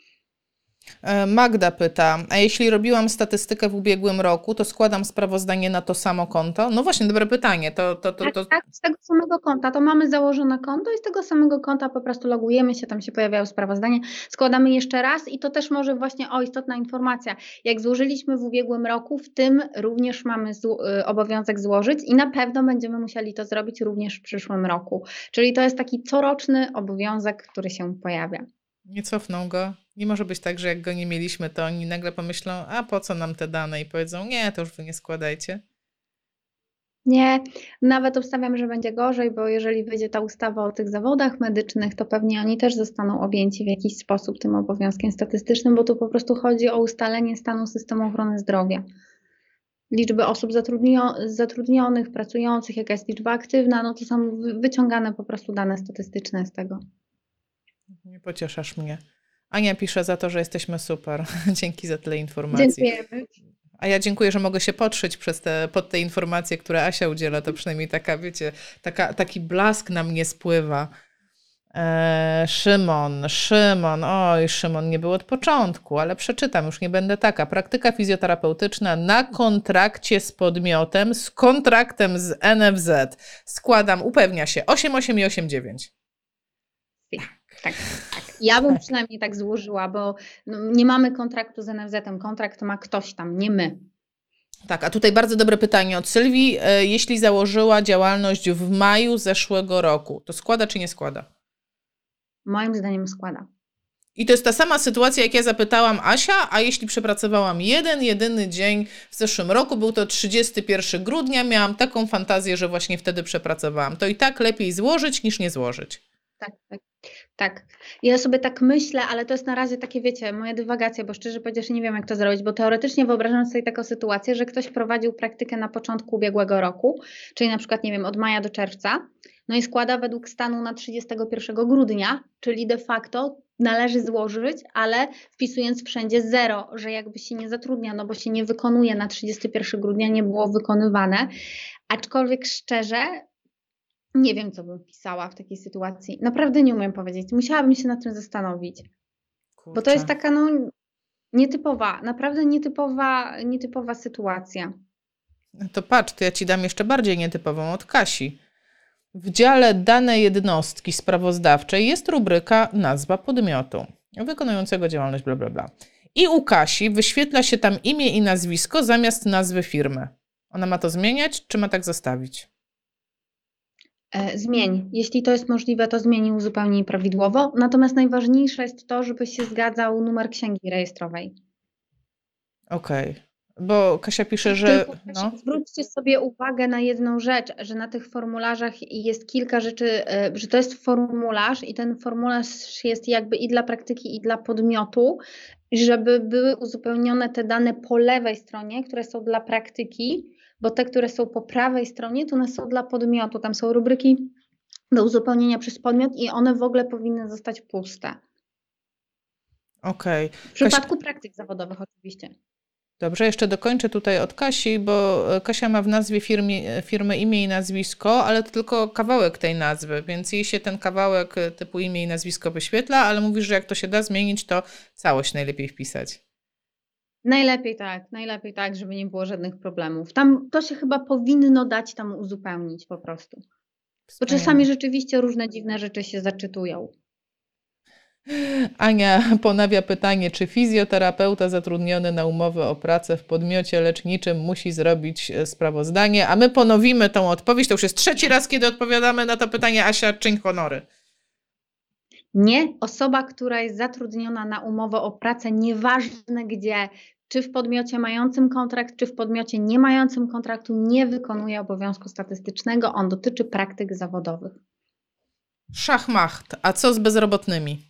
Magda pyta, a jeśli robiłam statystykę w ubiegłym roku, to składam sprawozdanie na to samo konto? No właśnie, dobre pytanie. To, to, to, to... Tak, tak, z tego samego konta. To mamy założone konto i z tego samego konta po prostu logujemy się, tam się pojawiało sprawozdanie, składamy jeszcze raz i to też może właśnie, o istotna informacja, jak złożyliśmy w ubiegłym roku, w tym również mamy zło- obowiązek złożyć i na pewno będziemy musieli to zrobić również w przyszłym roku. Czyli to jest taki coroczny obowiązek, który się pojawia. Nie cofną go. Nie może być tak, że jak go nie mieliśmy, to oni nagle pomyślą, a po co nam te dane i powiedzą, nie, to już wy nie składajcie. Nie, nawet obstawiam, że będzie gorzej, bo jeżeli wyjdzie ta ustawa o tych zawodach medycznych, to pewnie oni też zostaną objęci w jakiś sposób tym obowiązkiem statystycznym, bo tu po prostu chodzi o ustalenie stanu systemu ochrony zdrowia. Liczby osób zatrudnio- zatrudnionych, pracujących, jaka jest liczba aktywna, no to są wyciągane po prostu dane statystyczne z tego. Nie pocieszasz mnie. Ania pisze za to, że jesteśmy super. Dzięki za tyle informacji. Dziękujemy. A ja dziękuję, że mogę się podszyć przez te, pod te informacje, które Asia udziela. To przynajmniej taka, wiecie, taka, taki blask na mnie spływa. Eee, Szymon, Szymon, oj, Szymon nie był od początku, ale przeczytam, już nie będę taka. Praktyka fizjoterapeutyczna na kontrakcie z podmiotem, z kontraktem z N F Z. Składam, upewnia się, osiem osiem i osiem dziewięć. Tak, tak. Ja bym przynajmniej tak złożyła, bo no, nie mamy kontraktu z N F Z-em. Kontrakt ma ktoś tam, nie my. Tak, a tutaj bardzo dobre pytanie od Sylwii. Jeśli założyła działalność w maju zeszłego roku, to składa czy nie składa? Moim zdaniem składa. I to jest ta sama sytuacja, jak ja zapytałam Asia, a jeśli przepracowałam jeden, jedyny dzień w zeszłym roku, był to trzydziestego pierwszego grudnia, miałam taką fantazję, że właśnie wtedy przepracowałam. To i tak lepiej złożyć niż nie złożyć. Tak, tak. Tak, ja sobie tak myślę, ale to jest na razie takie, wiecie, moja dywagacja, bo szczerze powiedziawszy nie wiem, jak to zrobić, bo teoretycznie wyobrażam sobie taką sytuację, że ktoś prowadził praktykę na początku ubiegłego roku, czyli na przykład, nie wiem, od maja do czerwca, no i składa według stanu na trzydziestego pierwszego grudnia, czyli de facto należy złożyć, ale wpisując wszędzie zero, że jakby się nie zatrudnia, no bo się nie wykonuje na trzydziestego pierwszego grudnia, nie było wykonywane, aczkolwiek szczerze, nie wiem, co bym pisała w takiej sytuacji. Naprawdę nie umiem powiedzieć. Musiałabym się nad tym zastanowić. Kurczę. Bo to jest taka no, nietypowa, naprawdę nietypowa, nietypowa sytuacja. No to patrz, to ja ci dam jeszcze bardziej nietypową od Kasi. W dziale dane jednostki sprawozdawczej jest rubryka nazwa podmiotu wykonującego działalność bla bla bla. I u Kasi wyświetla się tam imię i nazwisko zamiast nazwy firmy. Ona ma to zmieniać, czy ma tak zostawić? Zmień. Jeśli to jest możliwe, to zmień i uzupełnij prawidłowo. Natomiast najważniejsze jest to, żeby się zgadzał numer księgi rejestrowej. Okej. Okay. Bo Kasia pisze, że... No. Zwróćcie sobie uwagę na jedną rzecz, że na tych formularzach jest kilka rzeczy, że to jest formularz i ten formularz jest jakby i dla praktyki, i dla podmiotu, żeby były uzupełnione te dane po lewej stronie, które są dla praktyki, bo te, które są po prawej stronie, to one są dla podmiotu. Tam są rubryki do uzupełnienia przez podmiot i one w ogóle powinny zostać puste. Okej. Okay. W przypadku Kasia... praktyk zawodowych oczywiście. Dobrze, jeszcze dokończę tutaj od Kasi, bo Kasia ma w nazwie firmy, firmy imię i nazwisko, ale to tylko kawałek tej nazwy, więc jej się ten kawałek typu imię i nazwisko wyświetla, ale mówisz, że jak to się da zmienić, to całość najlepiej wpisać. Najlepiej tak, najlepiej tak, żeby nie było żadnych problemów. Tam to się chyba powinno dać tam uzupełnić po prostu. Bo czasami rzeczywiście różne dziwne rzeczy się zaczytują. Ania ponawia pytanie, czy fizjoterapeuta zatrudniony na umowę o pracę w podmiocie leczniczym musi zrobić sprawozdanie, a my ponowimy tą odpowiedź. To już jest trzeci raz, kiedy odpowiadamy na to pytanie. Asia, czyń honory. Nie, osoba, która jest zatrudniona na umowę o pracę, nieważne gdzie, czy w podmiocie mającym kontrakt, czy w podmiocie nie mającym kontraktu nie wykonuje obowiązku statystycznego. On dotyczy praktyk zawodowych. Szachmacht. A co z bezrobotnymi?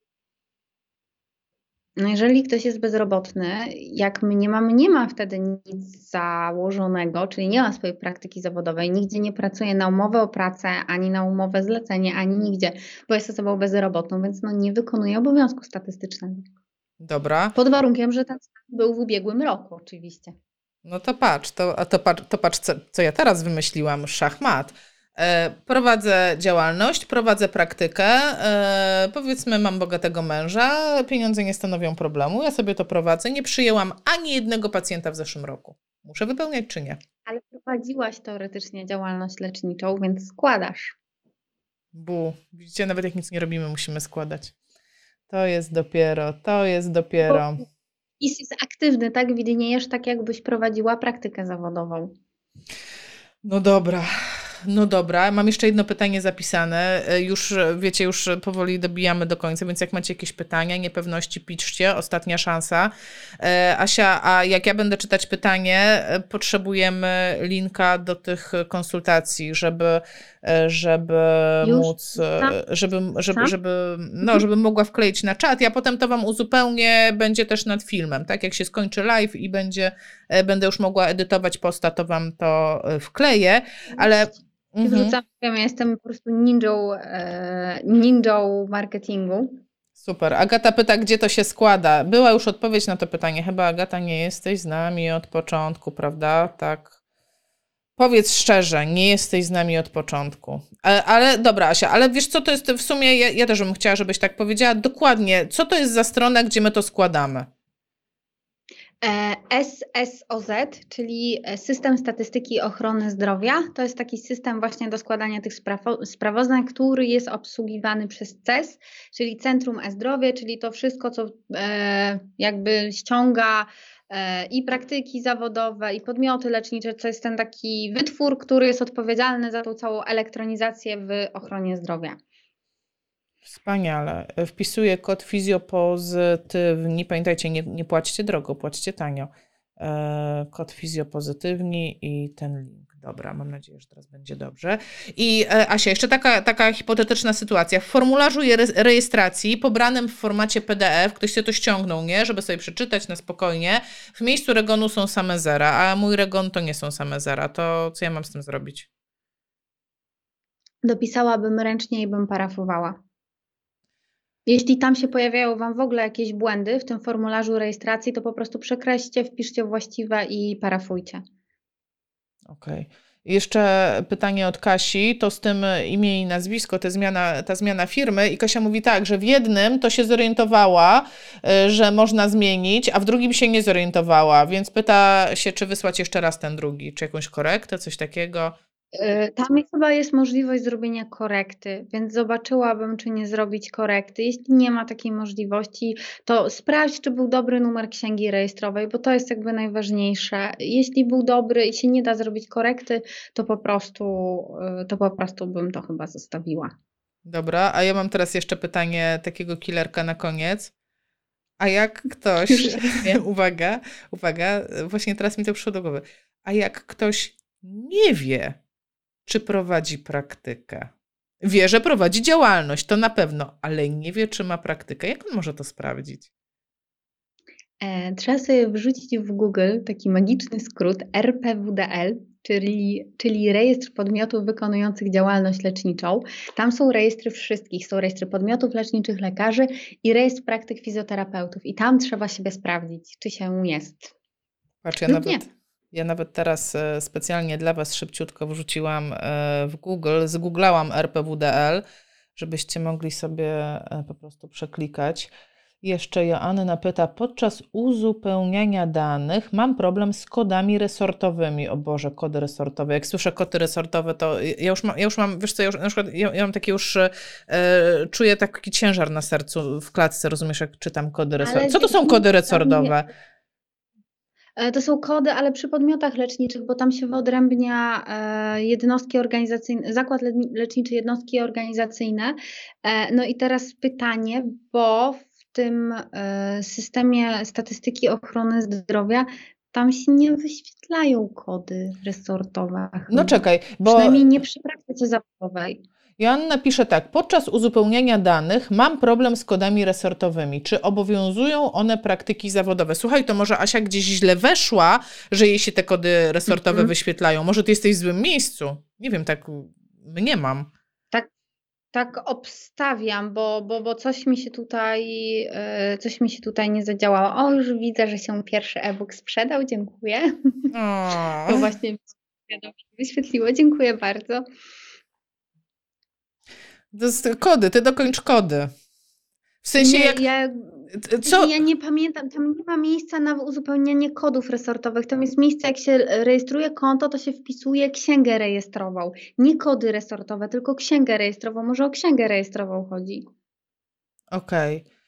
No jeżeli ktoś jest bezrobotny, jak my nie mamy, nie ma wtedy nic założonego, czyli nie ma swojej praktyki zawodowej, nigdzie nie pracuje na umowę o pracę, ani na umowę zlecenie, ani nigdzie, bo jest osobą bezrobotną, więc no nie wykonuje obowiązku statystycznego. Dobra. Pod warunkiem, że ten stan był w ubiegłym roku oczywiście. No to patrz, to, a to patrz, to patrz co, co ja teraz wymyśliłam, szachmat. E, prowadzę działalność, prowadzę praktykę, e, powiedzmy mam bogatego męża, pieniądze nie stanowią problemu, ja sobie to prowadzę, nie przyjęłam ani jednego pacjenta w zeszłym roku. Muszę wypełniać czy nie? Ale prowadziłaś teoretycznie działalność leczniczą, więc składasz. Bu, widzicie, nawet jak nic nie robimy, musimy składać. To jest dopiero, to jest dopiero. Bo wpis jest aktywny, tak? Widniejesz tak, jakbyś prowadziła praktykę zawodową. No dobra, no dobra. Mam jeszcze jedno pytanie zapisane. Już, wiecie, już powoli dobijamy do końca, więc jak macie jakieś pytania, niepewności, piszcie. Ostatnia szansa. Asia, a jak ja będę czytać pytanie, potrzebujemy linka do tych konsultacji, żeby, żeby Już móc, tam? żeby, żeby, Tam? żeby, no, żebym mogła wkleić na czat. Ja potem to wam uzupełnię, będzie też nad filmem, tak? Jak się skończy live i będzie, będę już mogła edytować posta, to wam to wkleję, ale... Mhm. Wrzucam, ja jestem po prostu ninją, e, ninją marketingu. Super. Agata pyta, gdzie to się składa. Była już odpowiedź na to pytanie. Chyba, Agata, nie jesteś z nami od początku, prawda? Tak. Powiedz szczerze, nie jesteś z nami od początku. Ale, ale dobra, Asia, ale wiesz co to jest w sumie, ja, ja też bym chciała, żebyś tak powiedziała dokładnie, co to jest za strona, gdzie my to składamy? S S O Z, czyli System Statystyki Ochrony Zdrowia. To jest taki system właśnie do składania tych sprawo- sprawozdań, który jest obsługiwany przez C E S, czyli Centrum E-Zdrowie, czyli to wszystko, co e, jakby ściąga e, i praktyki zawodowe, i podmioty lecznicze. To jest ten taki wytwór, który jest odpowiedzialny za tą całą elektronizację w ochronie zdrowia. Wspaniale. Wpisuję kod fizjopozytywni. Pamiętajcie, nie, nie płaćcie drogo, płaćcie tanio. E, kod fizjopozytywni i ten link. Dobra, mam nadzieję, że teraz będzie dobrze. I e, Asia, jeszcze taka, taka hipotetyczna sytuacja. W formularzu re- rejestracji pobranym w formacie P D F, ktoś sobie to ściągnął, nie? Żeby sobie przeczytać na spokojnie. W miejscu regonu są same zera, a mój regon to nie są same zera. To co ja mam z tym zrobić? Dopisałabym ręcznie i bym parafowała. Jeśli tam się pojawiają Wam w ogóle jakieś błędy w tym formularzu rejestracji, to po prostu przekreślcie, wpiszcie właściwe i parafujcie. Okej. Okay. Jeszcze pytanie od Kasi, to z tym imię i nazwisko, ta zmiana, ta zmiana firmy i Kasia mówi tak, że w jednym to się zorientowała, że można zmienić, a w drugim się nie zorientowała, więc pyta się, czy wysłać jeszcze raz ten drugi, czy jakąś korektę, coś takiego. Tam chyba jest możliwość zrobienia korekty, więc zobaczyłabym, czy nie zrobić korekty. Jeśli nie ma takiej możliwości, to sprawdź, czy był dobry numer księgi rejestrowej, bo to jest jakby najważniejsze. Jeśli był dobry i się nie da zrobić korekty, to po prostu, to po prostu bym to chyba zostawiła. Dobra, a ja mam teraz jeszcze pytanie takiego killerka na koniec. A jak ktoś, uwaga, uwaga, właśnie teraz mi to przyszło do głowy, a jak ktoś nie wie, czy prowadzi praktykę. Wie, że prowadzi działalność, to na pewno, ale nie wie, czy ma praktykę. Jak on może to sprawdzić? E, trzeba sobie wrzucić w Google taki magiczny skrót R P W D L, czyli, czyli Rejestr Podmiotów Wykonujących Działalność Leczniczą. Tam są rejestry wszystkich. Są rejestry podmiotów leczniczych, lekarzy i rejestr praktyk fizjoterapeutów. I tam trzeba siebie sprawdzić, czy się jest. Patrz, ja nawet... Nie. Ja nawet teraz specjalnie dla Was szybciutko wrzuciłam w Google, zgooglałam R P W D L, żebyście mogli sobie po prostu przeklikać. Jeszcze Joanna pyta, podczas uzupełniania danych mam problem z kodami resortowymi. O Boże, kody resortowe. Jak słyszę kody resortowe, to ja już mam, ja już mam wiesz co, ja, już, na przykład, ja, ja mam takie już, e, czuję taki ciężar na sercu w klatce, rozumiesz, jak czytam kody resortowe. Co to są kody resortowe? To są kody, ale przy podmiotach leczniczych, bo tam się wyodrębnia jednostki organizacyjne, zakład leczniczy, jednostki organizacyjne. No i teraz pytanie, bo w tym y, systemie statystyki ochrony zdrowia tam się nie wyświetlają kody resortowe. No czekaj, bo... Przynajmniej nie przy praktyce zawodowej. Joanna pisze tak, podczas uzupełniania danych mam problem z kodami resortowymi. Czy obowiązują one praktyki zawodowe? Słuchaj, to może Asia gdzieś źle weszła, że jej się te kody resortowe mm-hmm. wyświetlają. Może ty jesteś w złym miejscu? Nie wiem, tak mniemam. Tak, tak obstawiam, bo, bo, bo coś mi się tutaj coś mi się tutaj nie zadziałało. O, już widzę, że się pierwszy e-book sprzedał. Dziękuję. O. To właśnie wyświetliło. Dziękuję bardzo. To jest kody, ty dokończ kody. W sensie nie, jak... Ja, Co? ja nie pamiętam, tam nie ma miejsca na uzupełnianie kodów resortowych. Tam jest miejsce, jak się rejestruje konto, to się wpisuje księgę rejestrową. Nie kody resortowe, tylko księgę rejestrową. Może o księgę rejestrową chodzi. Okej. Okay.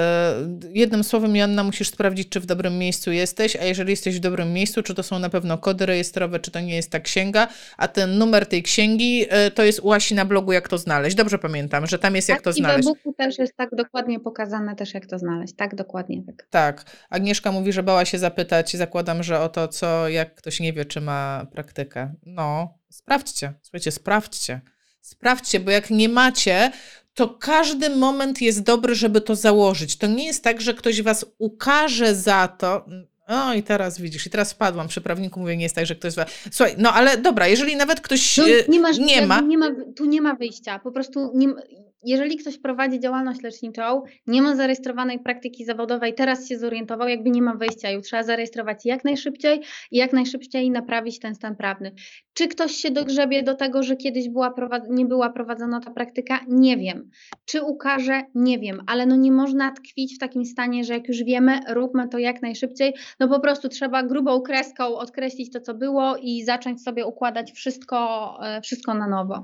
Jednym słowem, Joanna, musisz sprawdzić, czy w dobrym miejscu jesteś, a jeżeli jesteś w dobrym miejscu, czy to są na pewno kody rejestrowe, czy to nie jest ta księga, a ten numer tej księgi to jest u Asi na blogu, jak to znaleźć. Dobrze pamiętam, że tam jest tak, jak to znaleźć. I w e-booku też jest tak dokładnie pokazane też, jak to znaleźć. Tak, dokładnie tak. Tak. Agnieszka mówi, że bała się zapytać, zakładam, że o to, co, jak ktoś nie wie, czy ma praktykę. No, sprawdźcie. Słuchajcie, sprawdźcie. Sprawdźcie, bo jak nie macie, to każdy moment jest dobry, żeby to założyć. To nie jest tak, że ktoś was ukaże za to. O i teraz widzisz, i teraz wpadłam przy prawniku, mówię, nie jest tak, że ktoś was... Słuchaj, no ale dobra, jeżeli nawet ktoś no, nie, masz, nie ma... Nie ma... Tu nie ma wyjścia, po prostu nie, jeżeli ktoś prowadzi działalność leczniczą, nie ma zarejestrowanej praktyki zawodowej, teraz się zorientował, jakby nie ma wyjścia, ją trzeba zarejestrować jak najszybciej i jak najszybciej naprawić ten stan prawny. Czy ktoś się dogrzebie do tego, że kiedyś była prowad- nie była prowadzona ta praktyka? Nie wiem. Czy ukaże? Nie wiem, ale no nie można tkwić w takim stanie, że jak już wiemy, róbmy to jak najszybciej, no po prostu trzeba grubą kreską odkreślić to, co było i zacząć sobie układać wszystko, wszystko na nowo.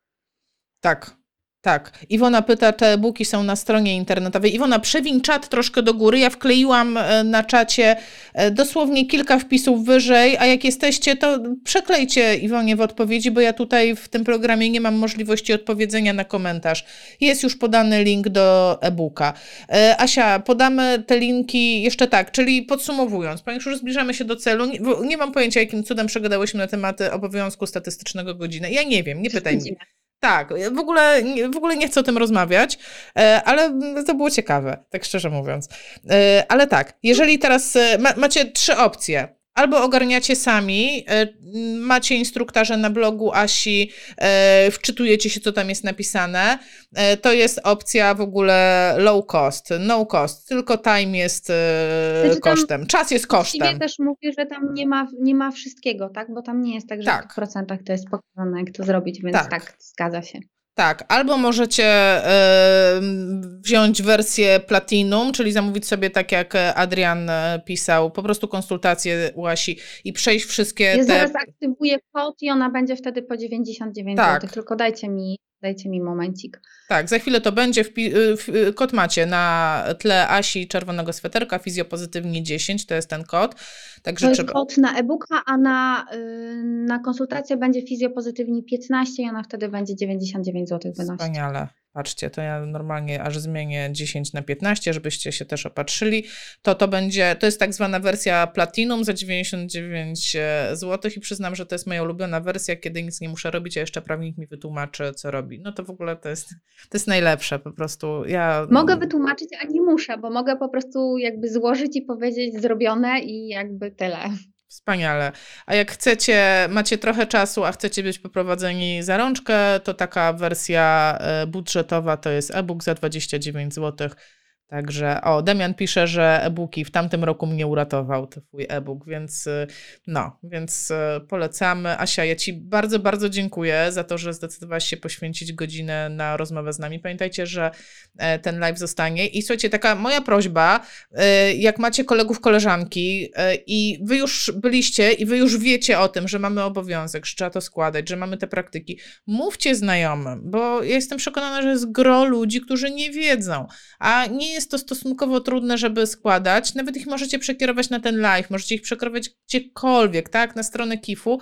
Tak. Tak. Iwona pyta, te e-booki są na stronie internetowej. Iwona, przewiń czat troszkę do góry. Ja wkleiłam na czacie dosłownie kilka wpisów wyżej, a jak jesteście, to przeklejcie Iwonie w odpowiedzi, bo ja tutaj w tym programie nie mam możliwości odpowiedzenia na komentarz. Jest już podany link do e-booka. Asia, podamy te linki jeszcze tak, czyli podsumowując, ponieważ już zbliżamy się do celu, nie, nie mam pojęcia, jakim cudem przegadałyśmy na tematy obowiązku statystycznego godzinę. Ja nie wiem, nie pytaj mnie. Tak, w ogóle, w ogóle nie chcę o tym rozmawiać, ale to było ciekawe, tak szczerze mówiąc. Ale tak, jeżeli teraz ma, macie trzy opcje. Albo ogarniacie sami, macie instruktaże na blogu Asi, wczytujecie się, co tam jest napisane. To jest opcja w ogóle low cost, no cost, tylko time jest znaczy kosztem, czas jest kosztem. Właściwie też mówię, że tam nie ma, nie ma wszystkiego, tak? Bo tam nie jest tak, że tak. W procentach to jest pokazane, jak to zrobić, więc tak, tak zgadza się. Tak, albo możecie y, wziąć wersję Platinum, czyli zamówić sobie, tak jak Adrian pisał, po prostu konsultację u Asi i przejść wszystkie ja te... Ja zaraz aktywuję kod i ona będzie wtedy po dziewięćdziesiąt dziewięć tak. złotych, tylko dajcie mi, dajcie mi momencik. Tak, za chwilę to będzie. Wpi- kod macie na tle Asi czerwonego sweterka, fizjopozytywnie dziesięć, to jest ten kod. Także to jest trzeba... kod na e-booka, a na, yy, na konsultację będzie fizjopozytywnie piętnaście i ona wtedy będzie dziewięćdziesiąt dziewięć złotych wynosić. Wspaniale. Patrzcie, to ja normalnie aż zmienię dziesięć na piętnaście, żebyście się też opatrzyli. To to będzie, to jest tak zwana wersja Platinum za dziewięćdziesiąt dziewięć złotych i przyznam, że to jest moja ulubiona wersja, kiedy nic nie muszę robić, a jeszcze prawnik mi wytłumaczy, co robi. No to w ogóle to jest, to jest najlepsze po prostu. Ja... Mogę wytłumaczyć, a nie muszę, bo mogę po prostu jakby złożyć i powiedzieć zrobione i jakby tyle. Wspaniale. A jak chcecie, macie trochę czasu, a chcecie być poprowadzeni za rączkę, to taka wersja budżetowa to jest e-book za dwadzieścia dziewięć złotych. Także, o, Damian pisze, że e-booki w tamtym roku mnie uratował, to twój e-book, więc no, więc polecamy. Asia, ja ci bardzo, bardzo dziękuję za to, że zdecydowałaś się poświęcić godzinę na rozmowę z nami. Pamiętajcie, że ten live zostanie i słuchajcie, taka moja prośba, jak macie kolegów, koleżanki i wy już byliście i wy już wiecie o tym, że mamy obowiązek, że trzeba to składać, że mamy te praktyki, mówcie znajomym, bo ja jestem przekonana, że jest gro ludzi, którzy nie wiedzą, a nie jest to stosunkowo trudne, żeby składać. Nawet ich możecie przekierować na ten live, możecie ich przekierować gdziekolwiek, tak, na stronę kifu,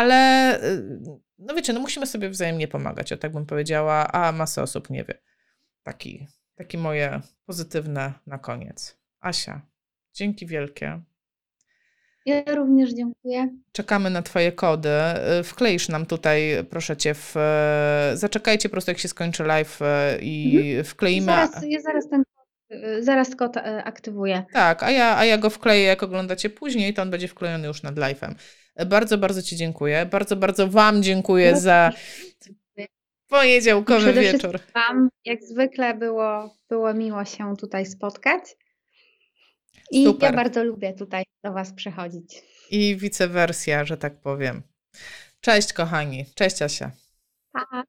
ale no wiecie, no musimy sobie wzajemnie pomagać, o tak bym powiedziała, a masa osób nie wie. Taki, Takie moje pozytywne na koniec. Asia, dzięki wielkie. Ja również dziękuję. Czekamy na twoje kody. Wkleisz nam tutaj, proszę cię, w... zaczekajcie po prostu jak się skończy live i mhm. wkleimy. Zaraz, ja zaraz ten zaraz kod aktywuję. Tak, a ja, a ja go wkleję, jak oglądacie później, to on będzie wklejony już nad live'em. Bardzo, bardzo ci dziękuję. Bardzo, bardzo wam dziękuję no, za poniedziałkowy wieczór. Wam, jak zwykle było, było miło się tutaj spotkać. I Super. Ja bardzo lubię tutaj do was przychodzić. I vice versa, że tak powiem. Cześć kochani. Cześć Asia. Pa.